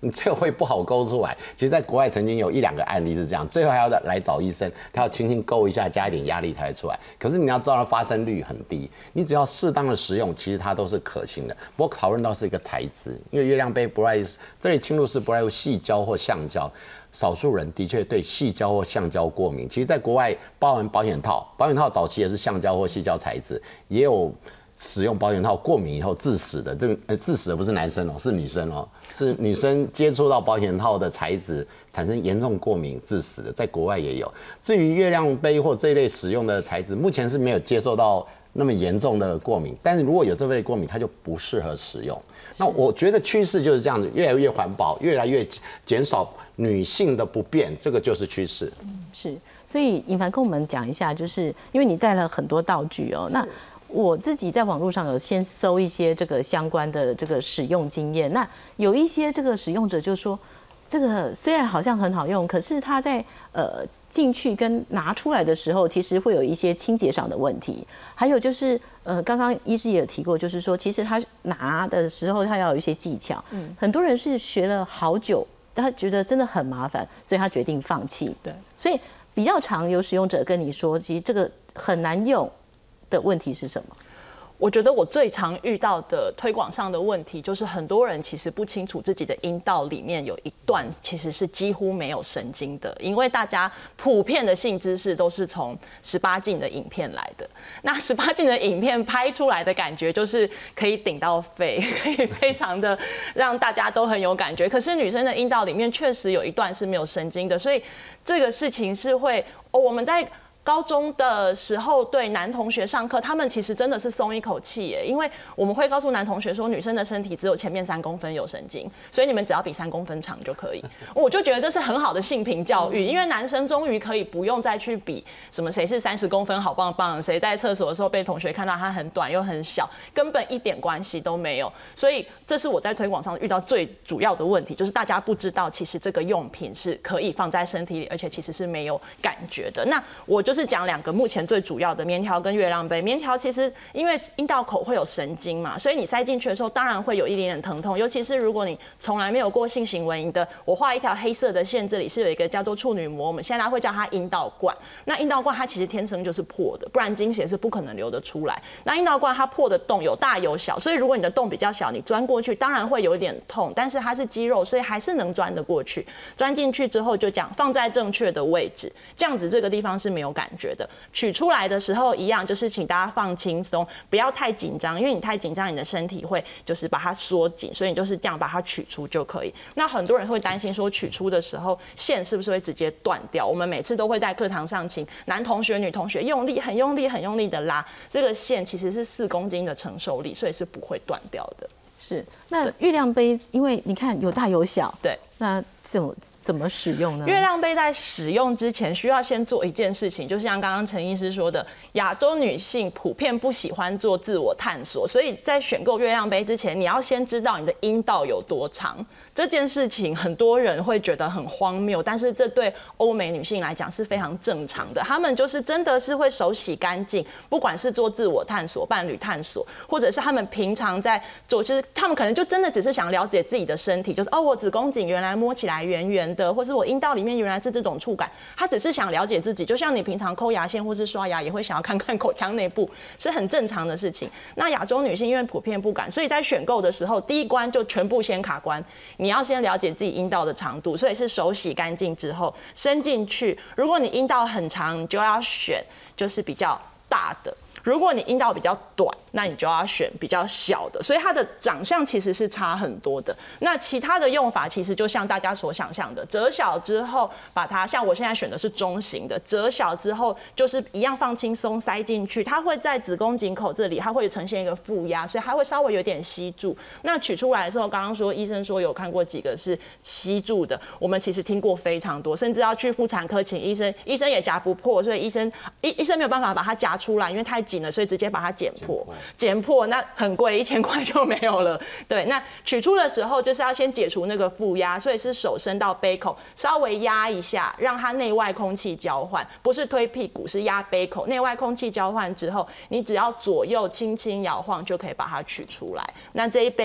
你最后会不好勾出来。其实，在国外曾经有一两个案例是这样，最后还要来找医生，他要轻轻勾一下，加一点压力才会出来。可是你要知道，它发生率很低，你只要适当的使用，其实它都是可行的。不过讨论到是一个材质，因为月亮杯不外这里侵入式不外乎矽胶或橡胶。少数人的确对矽胶或橡胶过敏，其实在国外包含保险套，保险套早期也是橡胶或矽胶材质，也有使用保险套过敏以后致死的。这个呃致死的不是男生哦，是女生哦，是女生接触到保险套的材质产生严重过敏致死的，在国外也有。至于月亮杯或这一类使用的材质，目前是没有接受到那么严重的过敏，但是如果有这类过敏，它就不适合使用。那我觉得趋势就是这样子，越来越环保，越来越减少女性的不便，这个就是趋势。 嗯，是。所以尹凡跟我们讲一下，就是因为你带了很多道具哦，那我自己在网络上有先搜一些这个相关的这个使用经验，那有一些这个使用者就说，这个虽然好像很好用，可是它在呃。进去跟拿出来的时候，其实会有一些清洁上的问题。还有就是，呃，刚刚医师也有提过，就是说，其实他拿的时候他要有一些技巧。嗯，很多人是学了好久，他觉得真的很麻烦，所以他决定放弃。对，所以比较常有使用者跟你说，其实这个很难用的问题是什么？ 我觉得我最常遇到的推广上的问题，就是很多人其实不清楚自己的阴道里面有一段其实是几乎没有神经的，因为大家普遍的性知识都是从十八禁的影片来的。那十八禁的影片拍出来的感觉就是可以顶到肺，可以非常的让大家都很有感觉。可是女生的阴道里面确实有一段是没有神经的，所以这个事情是会，哦，我们在高中的时候对男同学上课，他们其实真的是松一口气耶，因为我们会告诉男同学说，女生的身体只有前面三公分有神经，所以你们只要比三公分长就可以。我就觉得这是很好的性平教育，因为男生终于可以不用再去比什么谁是三十公分好棒棒，谁在厕所的时候被同学看到他很短又很小，根本一点关系都没有。所以这是我在推广上遇到最主要的问题，就是大家不知道其实这个用品是可以放在身体里，而且其实是没有感觉的。那我就就是讲两个目前最主要的棉条跟月亮杯。棉条其实因为阴道口会有神经嘛，所以你塞进去的时候当然会有一点点疼痛，尤其是如果你从来没有过性行为的，我画一条黑色的线，这里是有一个叫做处女膜，我们现在会叫它阴道冠。那阴道冠它其实天生就是破的，不然经血是不可能流得出来。那阴道冠它破的洞有大有小，所以如果你的洞比较小，你钻过去当然会有一点痛，但是它是肌肉，所以还是能钻得过去。钻进去之后就讲放在正确的位置，这样子这个地方是没有感觉的。取出来的时候一样，就是请大家放轻松，不要太紧张，因为你太紧张，你的身体会就是把它缩紧，所以你就是这样把它取出就可以。那很多人会担心说，取出的时候线是不是会直接断掉？我们每次都会在课堂上请男同学、女同学用力、很用力、很用力的拉，这个线其实是四公斤的承受力，所以是不会断掉的。 是，那月亮杯，因为你看有大有小， 对， 那怎么怎么使用呢？ 月亮杯在使用之前需要先做一件事情，就像刚刚陈医师说的，亚洲女性普遍不喜欢做自我探索，所以在选购月亮杯之前，你要先知道你的阴道有多长。这件事情很多人会觉得很荒谬，但是这对欧美女性来讲是非常正常的。她们就是真的是会手洗干净，不管是做自我探索、伴侣探索，或者是她们平常在做，就是她们可能就真的只是想了解自己的身体，就是哦，我子宫颈原来摸起来圆圆的，或是我阴道里面原来是这种触感。她只是想了解自己，就像你平常抠牙线或是刷牙，也会想要看看口腔内部，是很正常的事情。那亚洲女性因为普遍不敢，所以在选购的时候，第一关就全部先卡关。你要先了解自己阴道的长度，所以是手洗干净之后伸进去。如果你阴道很长，你就要选就是比较大的；如果你阴道比较短，那你就要选比较小的。所以它的长相其实是差很多的。那其他的用法其实就像大家所想象的，折小之后把它，像我现在选的是中型的，折小之后就是一样放轻松塞进去，它会在子宫颈口这里，它会呈现一个负压，所以它会稍微有点吸住。那取出来的时候，刚刚说医生说有看过几个是吸住的，我们其实听过非常多，甚至要去妇产科请医生，医生也夹不破，所以医生医医生没有办法把它夹出来，因为太紧了，所以直接把它剪破。剪破那很贵，一千块就没有了。对，那取出的时候就是要先解除那个负压，所以是手伸到杯口，稍微压一下，让它内外空气交换，不是推屁股，是压杯口，内外空气交换之后，你只要左右轻轻摇晃就可以把它取出来。那这一杯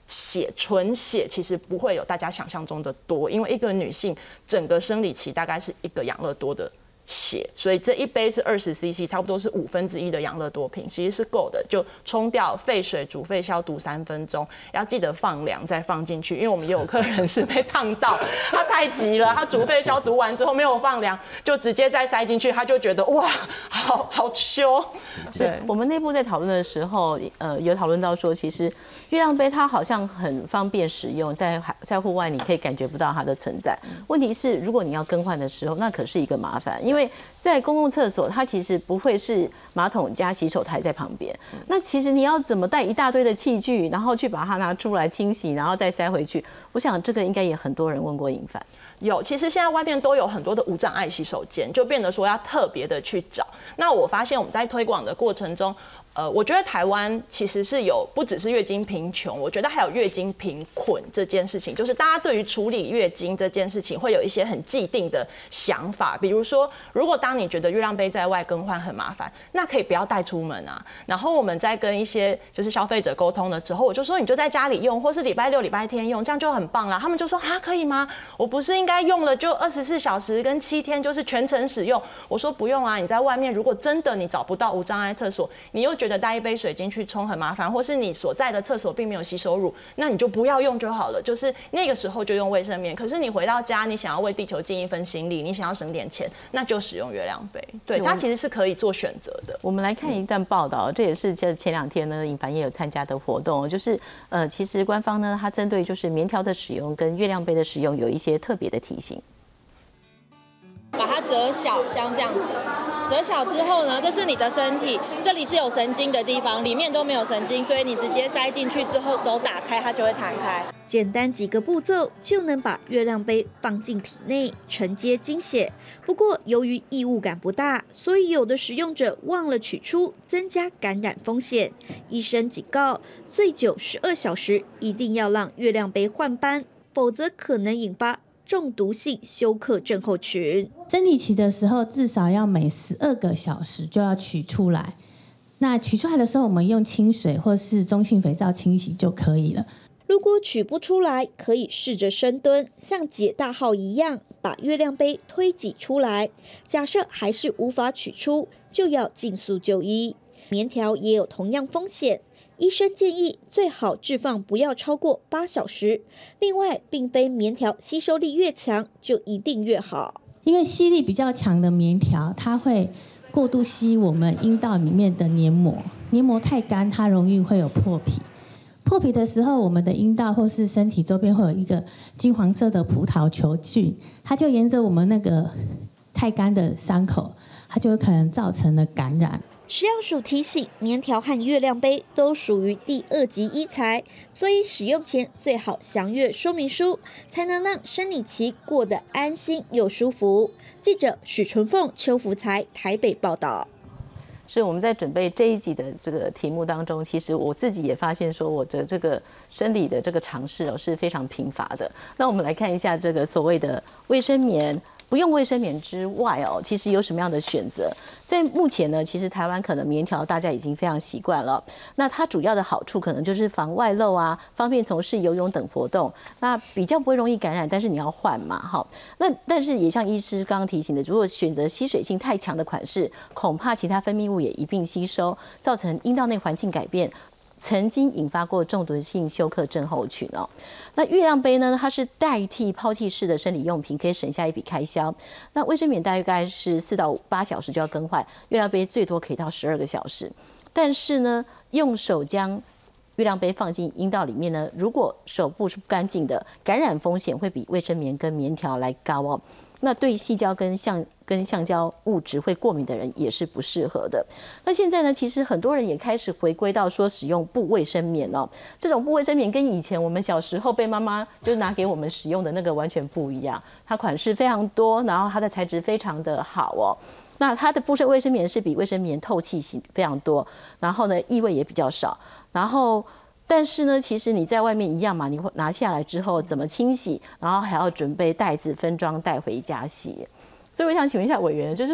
血纯血其实不会有大家想象中的多，因为一个女性整个生理期大概是一个养乐多的血，所以这一杯是二十 C C， 差不多是五分之一的养乐多瓶，其实是够的。就冲掉、沸水煮沸消毒三分钟，要记得放凉再放进去，因为我们也有客人是被烫到，他太急了，他煮沸消毒完之后没有放凉，就直接再塞进去，他就觉得哇，好好羞。 是我们内部在讨论的时候，呃，有讨论到说，其实月亮杯它好像很方便使用，在在户外你可以感觉不到它的存在。问题是，如果你要更换的时候，那可是一个麻烦，因为在公共厕所，它其实不会是马桶加洗手台在旁边。那其实你要怎么带一大堆的器具，然后去把它拿出来清洗，然后再塞回去？我想这个应该也很多人问过颖凡。 有，其实现在外面都有很多的无障碍洗手间，就变得说要特别的去找。那我发现我们在推广的过程中，呃，我觉得台湾其实是有不只是月经贫穷，我觉得还有月经贫困这件事情，就是大家对于处理月经这件事情会有一些很既定的想法，比如说，如果当你觉得月亮杯在外更换很麻烦，那可以不要带出门啊。然后我们在跟一些就是消费者沟通的时候，我就说你就在家里用，或是礼拜六、礼拜天用，这样就很棒啦。他们就说啊，可以吗？我不是应该用了就二十四小时跟七天就是全程使用？我说不用啊，你在外面如果真的你找不到无障碍厕所，你又觉得带一杯水进去冲很麻烦，或是你所在的厕所并没有洗手乳，那你就不要用就好了。就是那个时候就用卫生棉。可是你回到家，你想要为地球尽一份心力，你想要省点钱，那就使用月亮杯。对，它其实是可以做选择的。 我们来看一段报道，这也是前前两天呢，颖凡也有参加的活动，就是呃，其实官方呢，它针对就是棉条的使用跟月亮杯的使用有一些特别的提醒。 把它折小，像这样子。折小之后呢，这是你的身体，这里是有神经的地方，里面都没有神经，所以你直接塞进去之后，手打开，它就会弹开。 简单几个步骤就能把月亮杯放进体内，承接经血。不过由于异物感不大，所以有的使用者忘了取出，增加感染风险。医生警告，最久十二小时一定要让月亮杯换班，否则可能引发中毒性休克症候群。 生理期的时候，至少要每十二个小时就要取出来。那取出来的时候，我们用清水或是中性肥皂清洗就可以了。 如果取不出来，可以试着深蹲，像解大号一样把月亮杯推挤出来。假设还是无法取出，就要尽速就医。棉条也有同样风险。医生建议最好置放不要超过八小时。另外，并非棉条吸收力越强就一定越好， 因为吸力比较强的棉条，它会过度吸我们阴道里面的黏膜，黏膜太干，它容易会有破皮。破皮的时候，我们的阴道或是身体周边会有一个金黄色的葡萄球菌，它就沿着我们那个太干的伤口，它就有可能造成了感染。 食药署提醒，棉条和月亮杯都属于第二级医材，所以使用前最好详阅说明书，才能让生理期过得安心又舒服。记者许纯凤、邱福才台北报道。 是我们在准备这一集的这个题目当中，其实我自己也发现说，我的这个生理的这个尝试哦是非常贫乏的。那我们来看一下这个所谓的卫生棉。不用卫生棉之外哦，其实有什么样的选择？在目前呢，其实台湾可能棉条大家已经非常习惯了。那它主要的好处可能就是防外漏啊，方便从事游泳等活动。那比较不会容易感染，但是你要换嘛，哈。那但是也像医师刚刚提醒的，如果选择吸水性太强的款式，恐怕其他分泌物也一并吸收，造成阴道内环境改变。曾经引发过中毒性休克症候群哦。那月亮杯呢？它是代替抛弃式的生理用品，可以省下一笔开销。那卫生棉大概是四到八小时就要更换，月亮杯最多可以到十二个小时。但是呢，用手将月亮杯放进阴道里面呢，如果手部是不干净的，感染风险会比卫生棉跟棉条来高哦。那对矽胶跟橡跟橡胶物质会过敏的人也是不适合的。那现在呢，其实很多人也开始回归到说使用布卫生棉哦。这种布卫生棉跟以前我们小时候被妈妈就拿给我们使用的那个完全不一样，它款式非常多，然后它的材质非常的好哦。那它的布卫生棉是比卫生棉透气型非常多，然后呢异味也比较少，然后。但是呢，其实你在外面一样嘛，你会拿下来之后怎么清洗，然后还要准备袋子分装带回家洗。所以我想请问一下委员，就是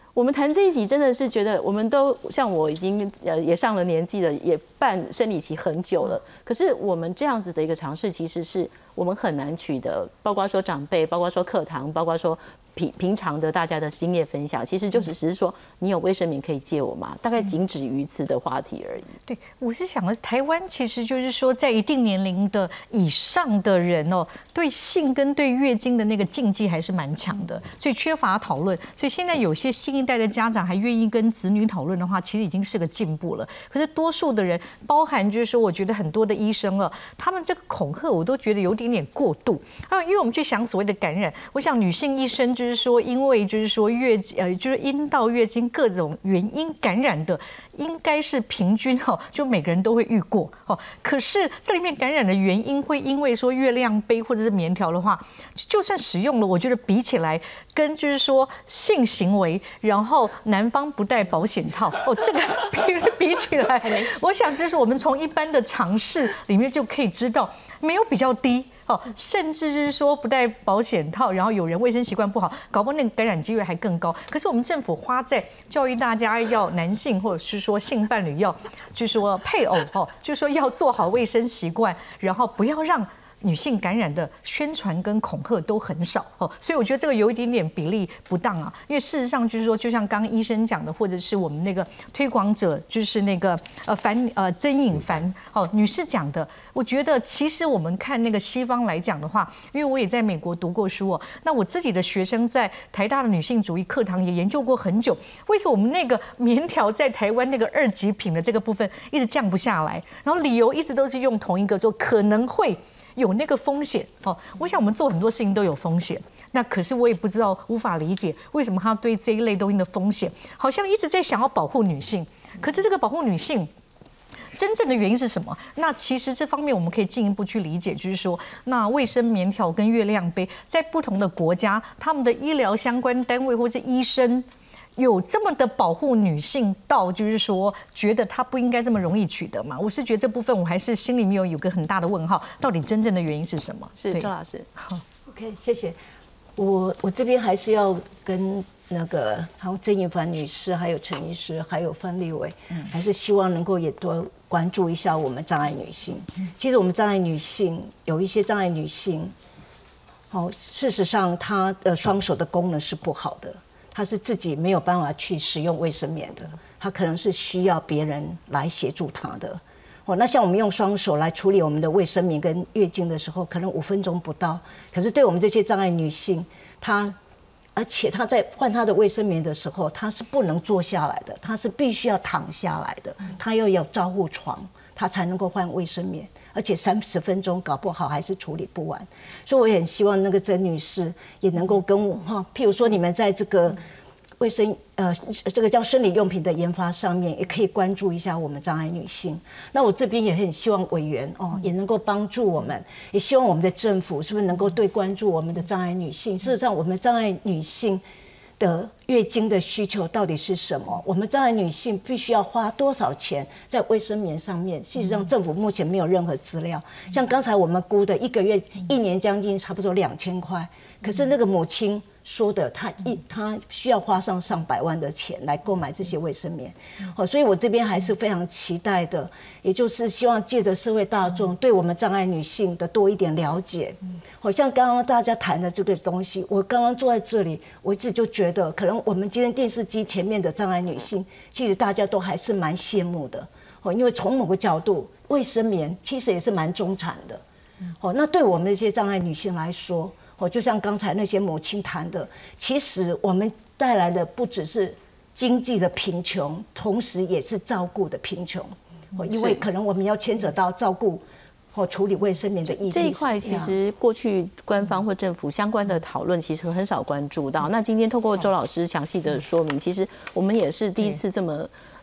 我们谈这一集真的是觉得，我们都像我已经呃也上了年纪了，也办生理期很久了。可是我们这样子的一个尝试，其实是我们很难取得，包括说长辈，包括说课堂，包括说平平常的大家的经验分享，其实就只是说你有卫生棉可以借我吗？大概仅止于此的话题而已。 对，我是想的，台湾其实就是说，在一定年龄的以上的人哦，对性跟对月经的那个禁忌还是蛮强的，所以缺乏讨论。所以现在有些新一代的家长还愿意跟子女讨论的话，其实已经是个进步了。可是多数的人，包含就是说，我觉得很多的医生啊，他们这个恐吓我都觉得有点点过度啊，因为我们去想所谓的感染，我想女性医生就是说，因为就是说月呃，就是阴道月经各种原因感染的，应该是平均哈，就每个人都会遇过哦。可是这里面感染的原因会因为说月亮杯或者是棉条的话，就算使用了，我觉得比起来跟就是说性行为，然后男方不戴保险套哦，这个比比起来，我想就是我们从一般的常识里面就可以知道，没有比较低。哦，甚至就是说不戴保险套，然后有人卫生习惯不好，搞不好那个感染几率还更高。可是我们政府花在教育大家要男性或者是说性伴侣要，就是说配偶哦，就是说要做好卫生习惯，然后不要让女性感染的宣传跟恐吓都很少哦，所以我觉得这个有一点点比例不当啊。因为事实上就是说，就像刚刚医生讲的，或者是我们那个推广者，就是那个呃樊呃曾颖凡哦女士讲的，我觉得其实我们看那个西方来讲的话，因为我也在美国读过书哦，那我自己的学生在台大的女性主义课堂也研究过很久，为什么我们那个棉条在台湾那个二级品的这个部分一直降不下来？然后理由一直都是用同一个，说可能会有那个风险哦，我想我们做很多事情都有风险，那可是我也不知道，无法理解为什么他对这一类东西的风险，好像一直在想要保护女性，可是这个保护女性真正的原因是什么？那其实这方面我们可以进一步去理解，就是说，那卫生棉条跟月亮杯在不同的国家，他们的医疗相关单位或是医生，有这么的保护女性到就是说觉得她不应该这么容易取得嘛？我是觉得这部分我还是心里面有有个很大的问号，到底真正的原因是什么？ 是周老师。 好 ，OK， 谢谢。我我这边还是要跟那个好像曾颖凡女士、还有陈医师、还有范立伟，还是希望能够也多关注一下我们障碍女性。其实我们障碍女性有一些障碍女性，哦，事实上她的双手的功能是不好的。他是自己没有办法去使用卫生棉的，他可能是需要别人来协助他的。哦，那像我们用双手来处理我们的卫生棉跟月经的时候，可能五分钟不到。可是对我们这些障碍女性，她而且她在换她的卫生棉的时候，她是不能坐下来的，她是必须要躺下来的，她又有照护床，她才能够换卫生棉。而且三十分钟搞不好还是处理不完，所以我也很希望那个曾女士也能够跟我哈，譬如说你们在这个卫生呃这个叫生理用品的研发上面，也可以关注一下我们障碍女性。那我这边也很希望委员哦也能够帮助我们，也希望我们的政府是不是能够对关注我们的障碍女性。事实上，我们障碍女性的月经的需求到底是什么？我们障碍女性必须要花多少钱在卫生棉上面？事实上，政府目前没有任何资料。像刚才我们估的一个月、一年将近差不多两千块，可是那个母亲说的，她一她需要花上上百万的钱来购买这些卫生棉。哦，所以我这边还是非常期待的，也就是希望借着社会大众对我们障碍女性的多一点了解。好像刚刚大家谈的这个东西，我刚刚坐在这里，我一直就觉得，可能我们今天电视机前面的障碍女性，其实大家都还是蛮羡慕的。哦，因为从某个角度，卫生棉其实也是蛮中产的。哦，那对我们这些障碍女性来说，哦，就像刚才那些母亲谈的，其实我们带来的不只是经济的贫穷，同时也是照顾的贫穷。哦，因为可能我们要牵扯到照顾或处理卫生棉的议题， 这一块其实过去官方或政府相关的讨论其实很少关注到。那今天透过周老师详细的说明，其实我们也是第一次这么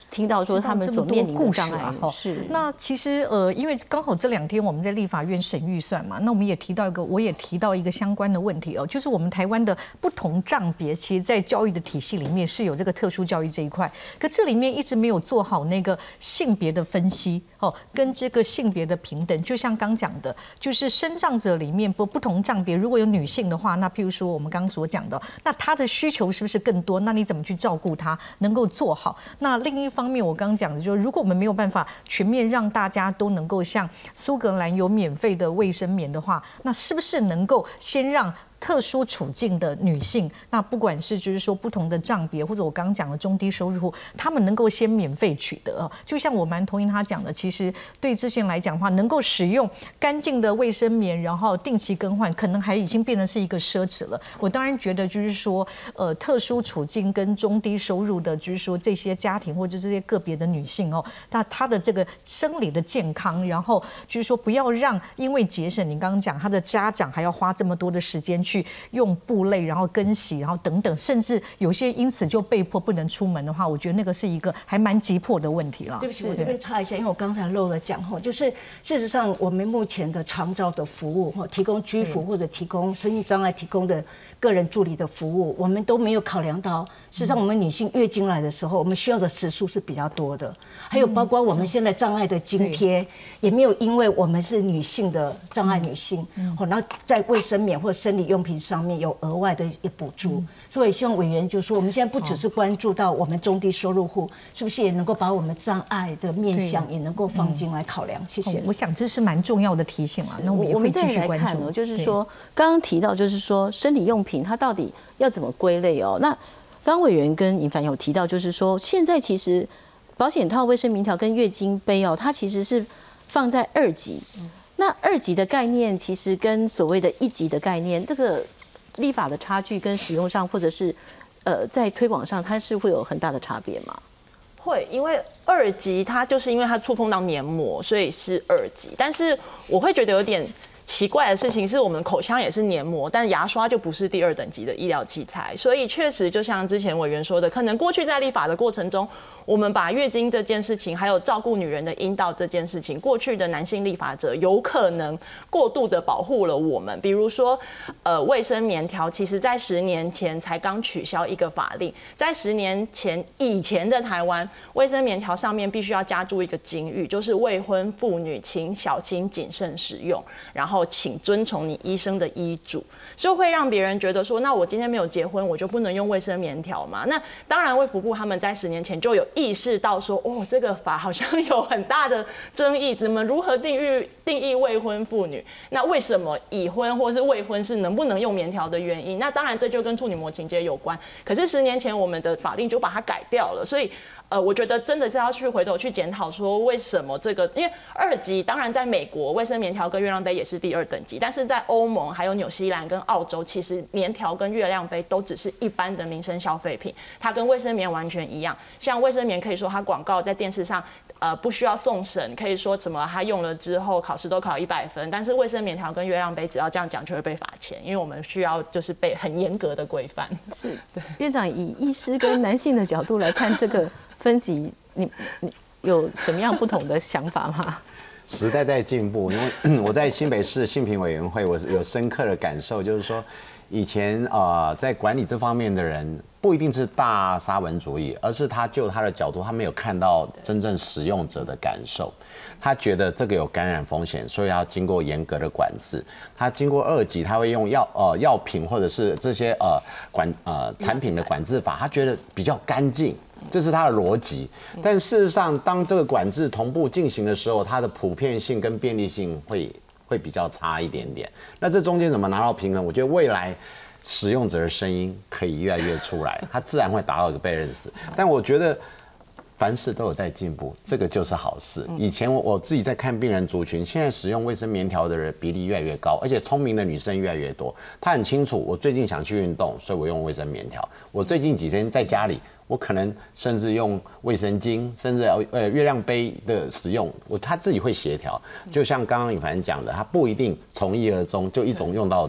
听到说他们所面临的障碍哈。是。那其实呃，因为刚好这两天我们在立法院审预算嘛，那我们也提到一个，我也提到一个相关的问题哦，就是我们台湾的不同障别，其实在教育的体系里面是有这个特殊教育这一块，可这里面一直没有做好那个性别的分析哦，跟这个性别的平等。就像刚讲的，就是身障者里面不不同障别，如果有女性的话，那譬如说我们刚刚所讲的，那她的需求是不是更多？那你怎么去照顾她，能够做好？那另一方面，我刚刚讲的就是，如果我们没有办法全面让大家都能够像苏格兰有免费的卫生棉的话，那是不是能够先让特殊处境的女性，那不管是就是说不同的障别，或者我刚刚讲的中低收入户，他们能够先免费取得。就像我蛮同意他讲的，其实对这些人来讲的话，能够使用干净的卫生棉，然后定期更换，可能还已经变成是一个奢侈了。我当然觉得就是说，呃，特殊处境跟中低收入的，就是说这些家庭或者这些个别的女性哦，那她的这个生理的健康，然后就是说不要让因为节省，你刚刚讲她的家长还要花这么多的时间去用布类，然后更洗，然后等等，甚至有些因此就被迫不能出门的话，我觉得那个是一个还蛮急迫的问题了。 对不起，我这边插一下，因为我刚才漏了讲哈，就是事实上我们目前的长照的服务哈，提供居服或者提供身心障碍提供的个人助理的服务，我们都没有考量到，事实上我们女性月经来的时候，我们需要的时数是比较多的，还有包括我们现在障碍的津贴，也没有因为我们是女性的障碍女性，然后在卫生棉或生理用品上面有额外的补助，所以希望委员就说，我们现在不只是关注到我们中低收入户，是不是也能够把我们障碍的面向也能够放进来考量？谢谢。 我想这是蛮重要的提醒啊，那我们也会继续关注。 就是说，刚刚提到就是说生理用品它到底要怎么归类哦？那刚委员跟尹凡有提到，就是说现在其实保险套、卫生棉条跟月经杯哦，它其实是放在二级。那二级的概念其实跟所谓的一级的概念，这个立法的差距跟使用上，或者是呃在推广上，它是会有很大的差别吗？ 会，因为二级它就是因为它触碰到黏膜，所以是二级。但是我会觉得有点奇怪的事情是，我们口腔也是黏膜，但牙刷就不是第二等级的医疗器材。所以确实，就像之前委员说的，可能过去在立法的过程中，我们把月经这件事情，还有照顾女人的阴道这件事情，过去的男性立法者有可能过度的保护了我们。比如说，呃，卫生棉条，其实在十年前才刚取消一个法令，在十年前以前的台湾，卫生棉条上面必须要加注一个警语，就是未婚妇女请小心谨慎使用，然后请遵从你医生的医嘱，就会让别人觉得说，那我今天没有结婚，我就不能用卫生棉条嘛？那当然，卫福部他们在十年前就有意识到说，哦，这个法好像有很大的争议，怎么如何定义定义未婚妇女？那为什么已婚或是未婚是能不能用棉条的原因？那当然这就跟处女膜情节有关。可是十年前我们的法令就把它改掉了，所以呃，我觉得真的是要去回头去检讨说，为什么这个？因为二级当然在美国卫生棉条跟月亮杯也是第二等级，但是在欧盟还有纽西兰跟澳洲，其实棉条跟月亮杯都只是一般的民生消费品，它跟卫生棉完全一样。像卫生棉可以说它广告在电视上呃不需要送审，可以说什么它用了之后考试都考一百分，但是卫生棉条跟月亮杯只要这样讲就会被罚钱，因为我们需要就是被很严格的规范。 是，对。院长以医师跟男性的角度来看这个分级，你你有什么样不同的想法吗？ 时代在进步，因为我在新北市性平委员会，我有深刻的感受，就是说，以前呃在管理这方面的人不一定是大沙文主义，而是他就他的角度，他没有看到真正使用者的感受，他觉得这个有感染风险，所以要经过严格的管制。他经过二级，他会用药呃药品或者是这些呃管呃产品的管制法，他觉得比较干净。这是他的逻辑，但事实上，当这个管制同步进行的时候，它的普遍性跟便利性会会比较差一点点。那这中间怎么拿到平衡？我觉得未来使用者的声音可以越来越出来，它自然会达到一个被认识。但我觉得凡事都有在进步，这个就是好事。以前我我自己在看病人族群，现在使用卫生棉条的人比例越来越高，而且聪明的女生越来越多。她很清楚，我最近想去运动，所以我用卫生棉条。我最近几天在家里，我可能甚至用卫生巾，甚至呃月亮杯的使用，我他自己会协调。就像刚刚尹凡讲的，他不一定从一而终，就一种用到底。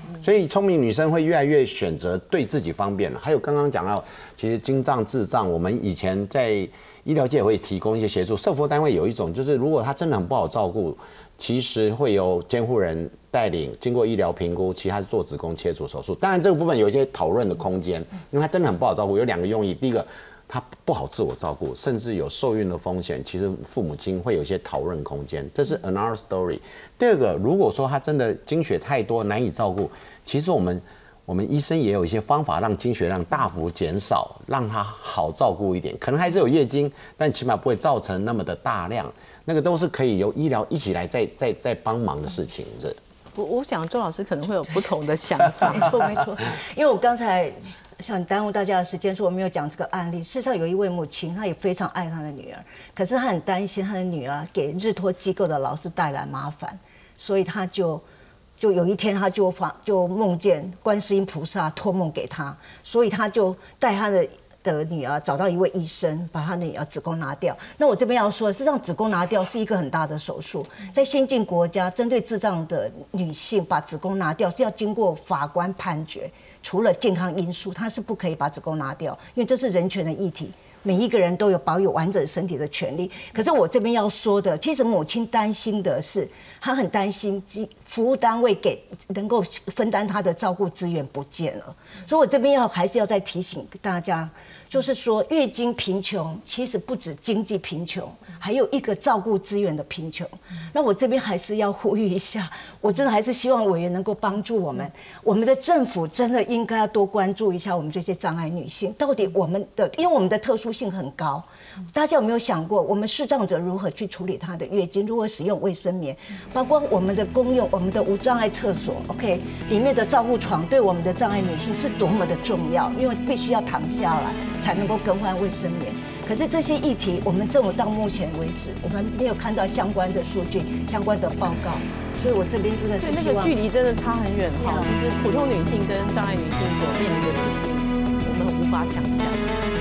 所以聪明女生会越来越选择对自己方便了。还有刚刚讲到，其实精障智障，我们以前在医疗界会提供一些协助。社福单位有一种，就是如果他真的很不好照顾，其实会由监护人带领，经过医疗评估，其实他是做子宫切除手术。当然这个部分有一些讨论的空间，因为他真的很不好照顾，有两个用意。第一个，他不好自我照顾，甚至有受孕的风险，其实父母亲会有一些讨论空间，这是 another story。第二个，如果说他真的经血太多难以照顾，其实我们我们医生也有一些方法让经血量大幅减少，让他好照顾一点。可能还是有月经，但起码不会造成那么的大量，那个都是可以由医疗一起来再再再帮忙的事情。这我我想周老师可能会有不同的想法。 没错没错，因为我刚才想耽误大家的时间，说我没有讲这个案例。事实上有一位母亲，她也非常爱她的女儿，可是她很担心她的女儿给日托机构的老师带来麻烦，所以她就就有一天她就发就梦见观世音菩萨托梦给她，所以她就带她的。的女儿找到一位医生，把她的女儿子宫拿掉。那我这边要说，事实上子宫拿掉是一个很大的手术，在先进国家，针对智障的女性把子宫拿掉是要经过法官判决，除了健康因素，她是不可以把子宫拿掉，因为这是人权的议题。每一个人都有保有完整身体的权利。可是我这边要说的，其实母亲担心的是，她很担心服务单位给能够分担她的照顾资源不见了。所以我这边要还是要再提醒大家，就是说月经贫穷其实不止经济贫穷，还有一个照顾资源的贫穷。那我这边还是要呼吁一下，我真的还是希望委员能够帮助我们，我们的政府真的应该要多关注一下我们这些障碍女性，到底我们的，因为我们的特殊性很高，大家有没有想过，我们视障者如何去处理她的月经，如何使用卫生棉，包括我们的公用、我们的无障碍厕所 ，OK， 里面的照顾床对我们的障碍女性是多么的重要，因为必须要躺下来才能够更换卫生棉。可是这些议题，我们政府到目前为止，我们没有看到相关的数据、相关的报告，所以我这边真的是希望那个距离真的差很远哈，就是普通女性跟障碍女性所面临的处境，我们无法想象。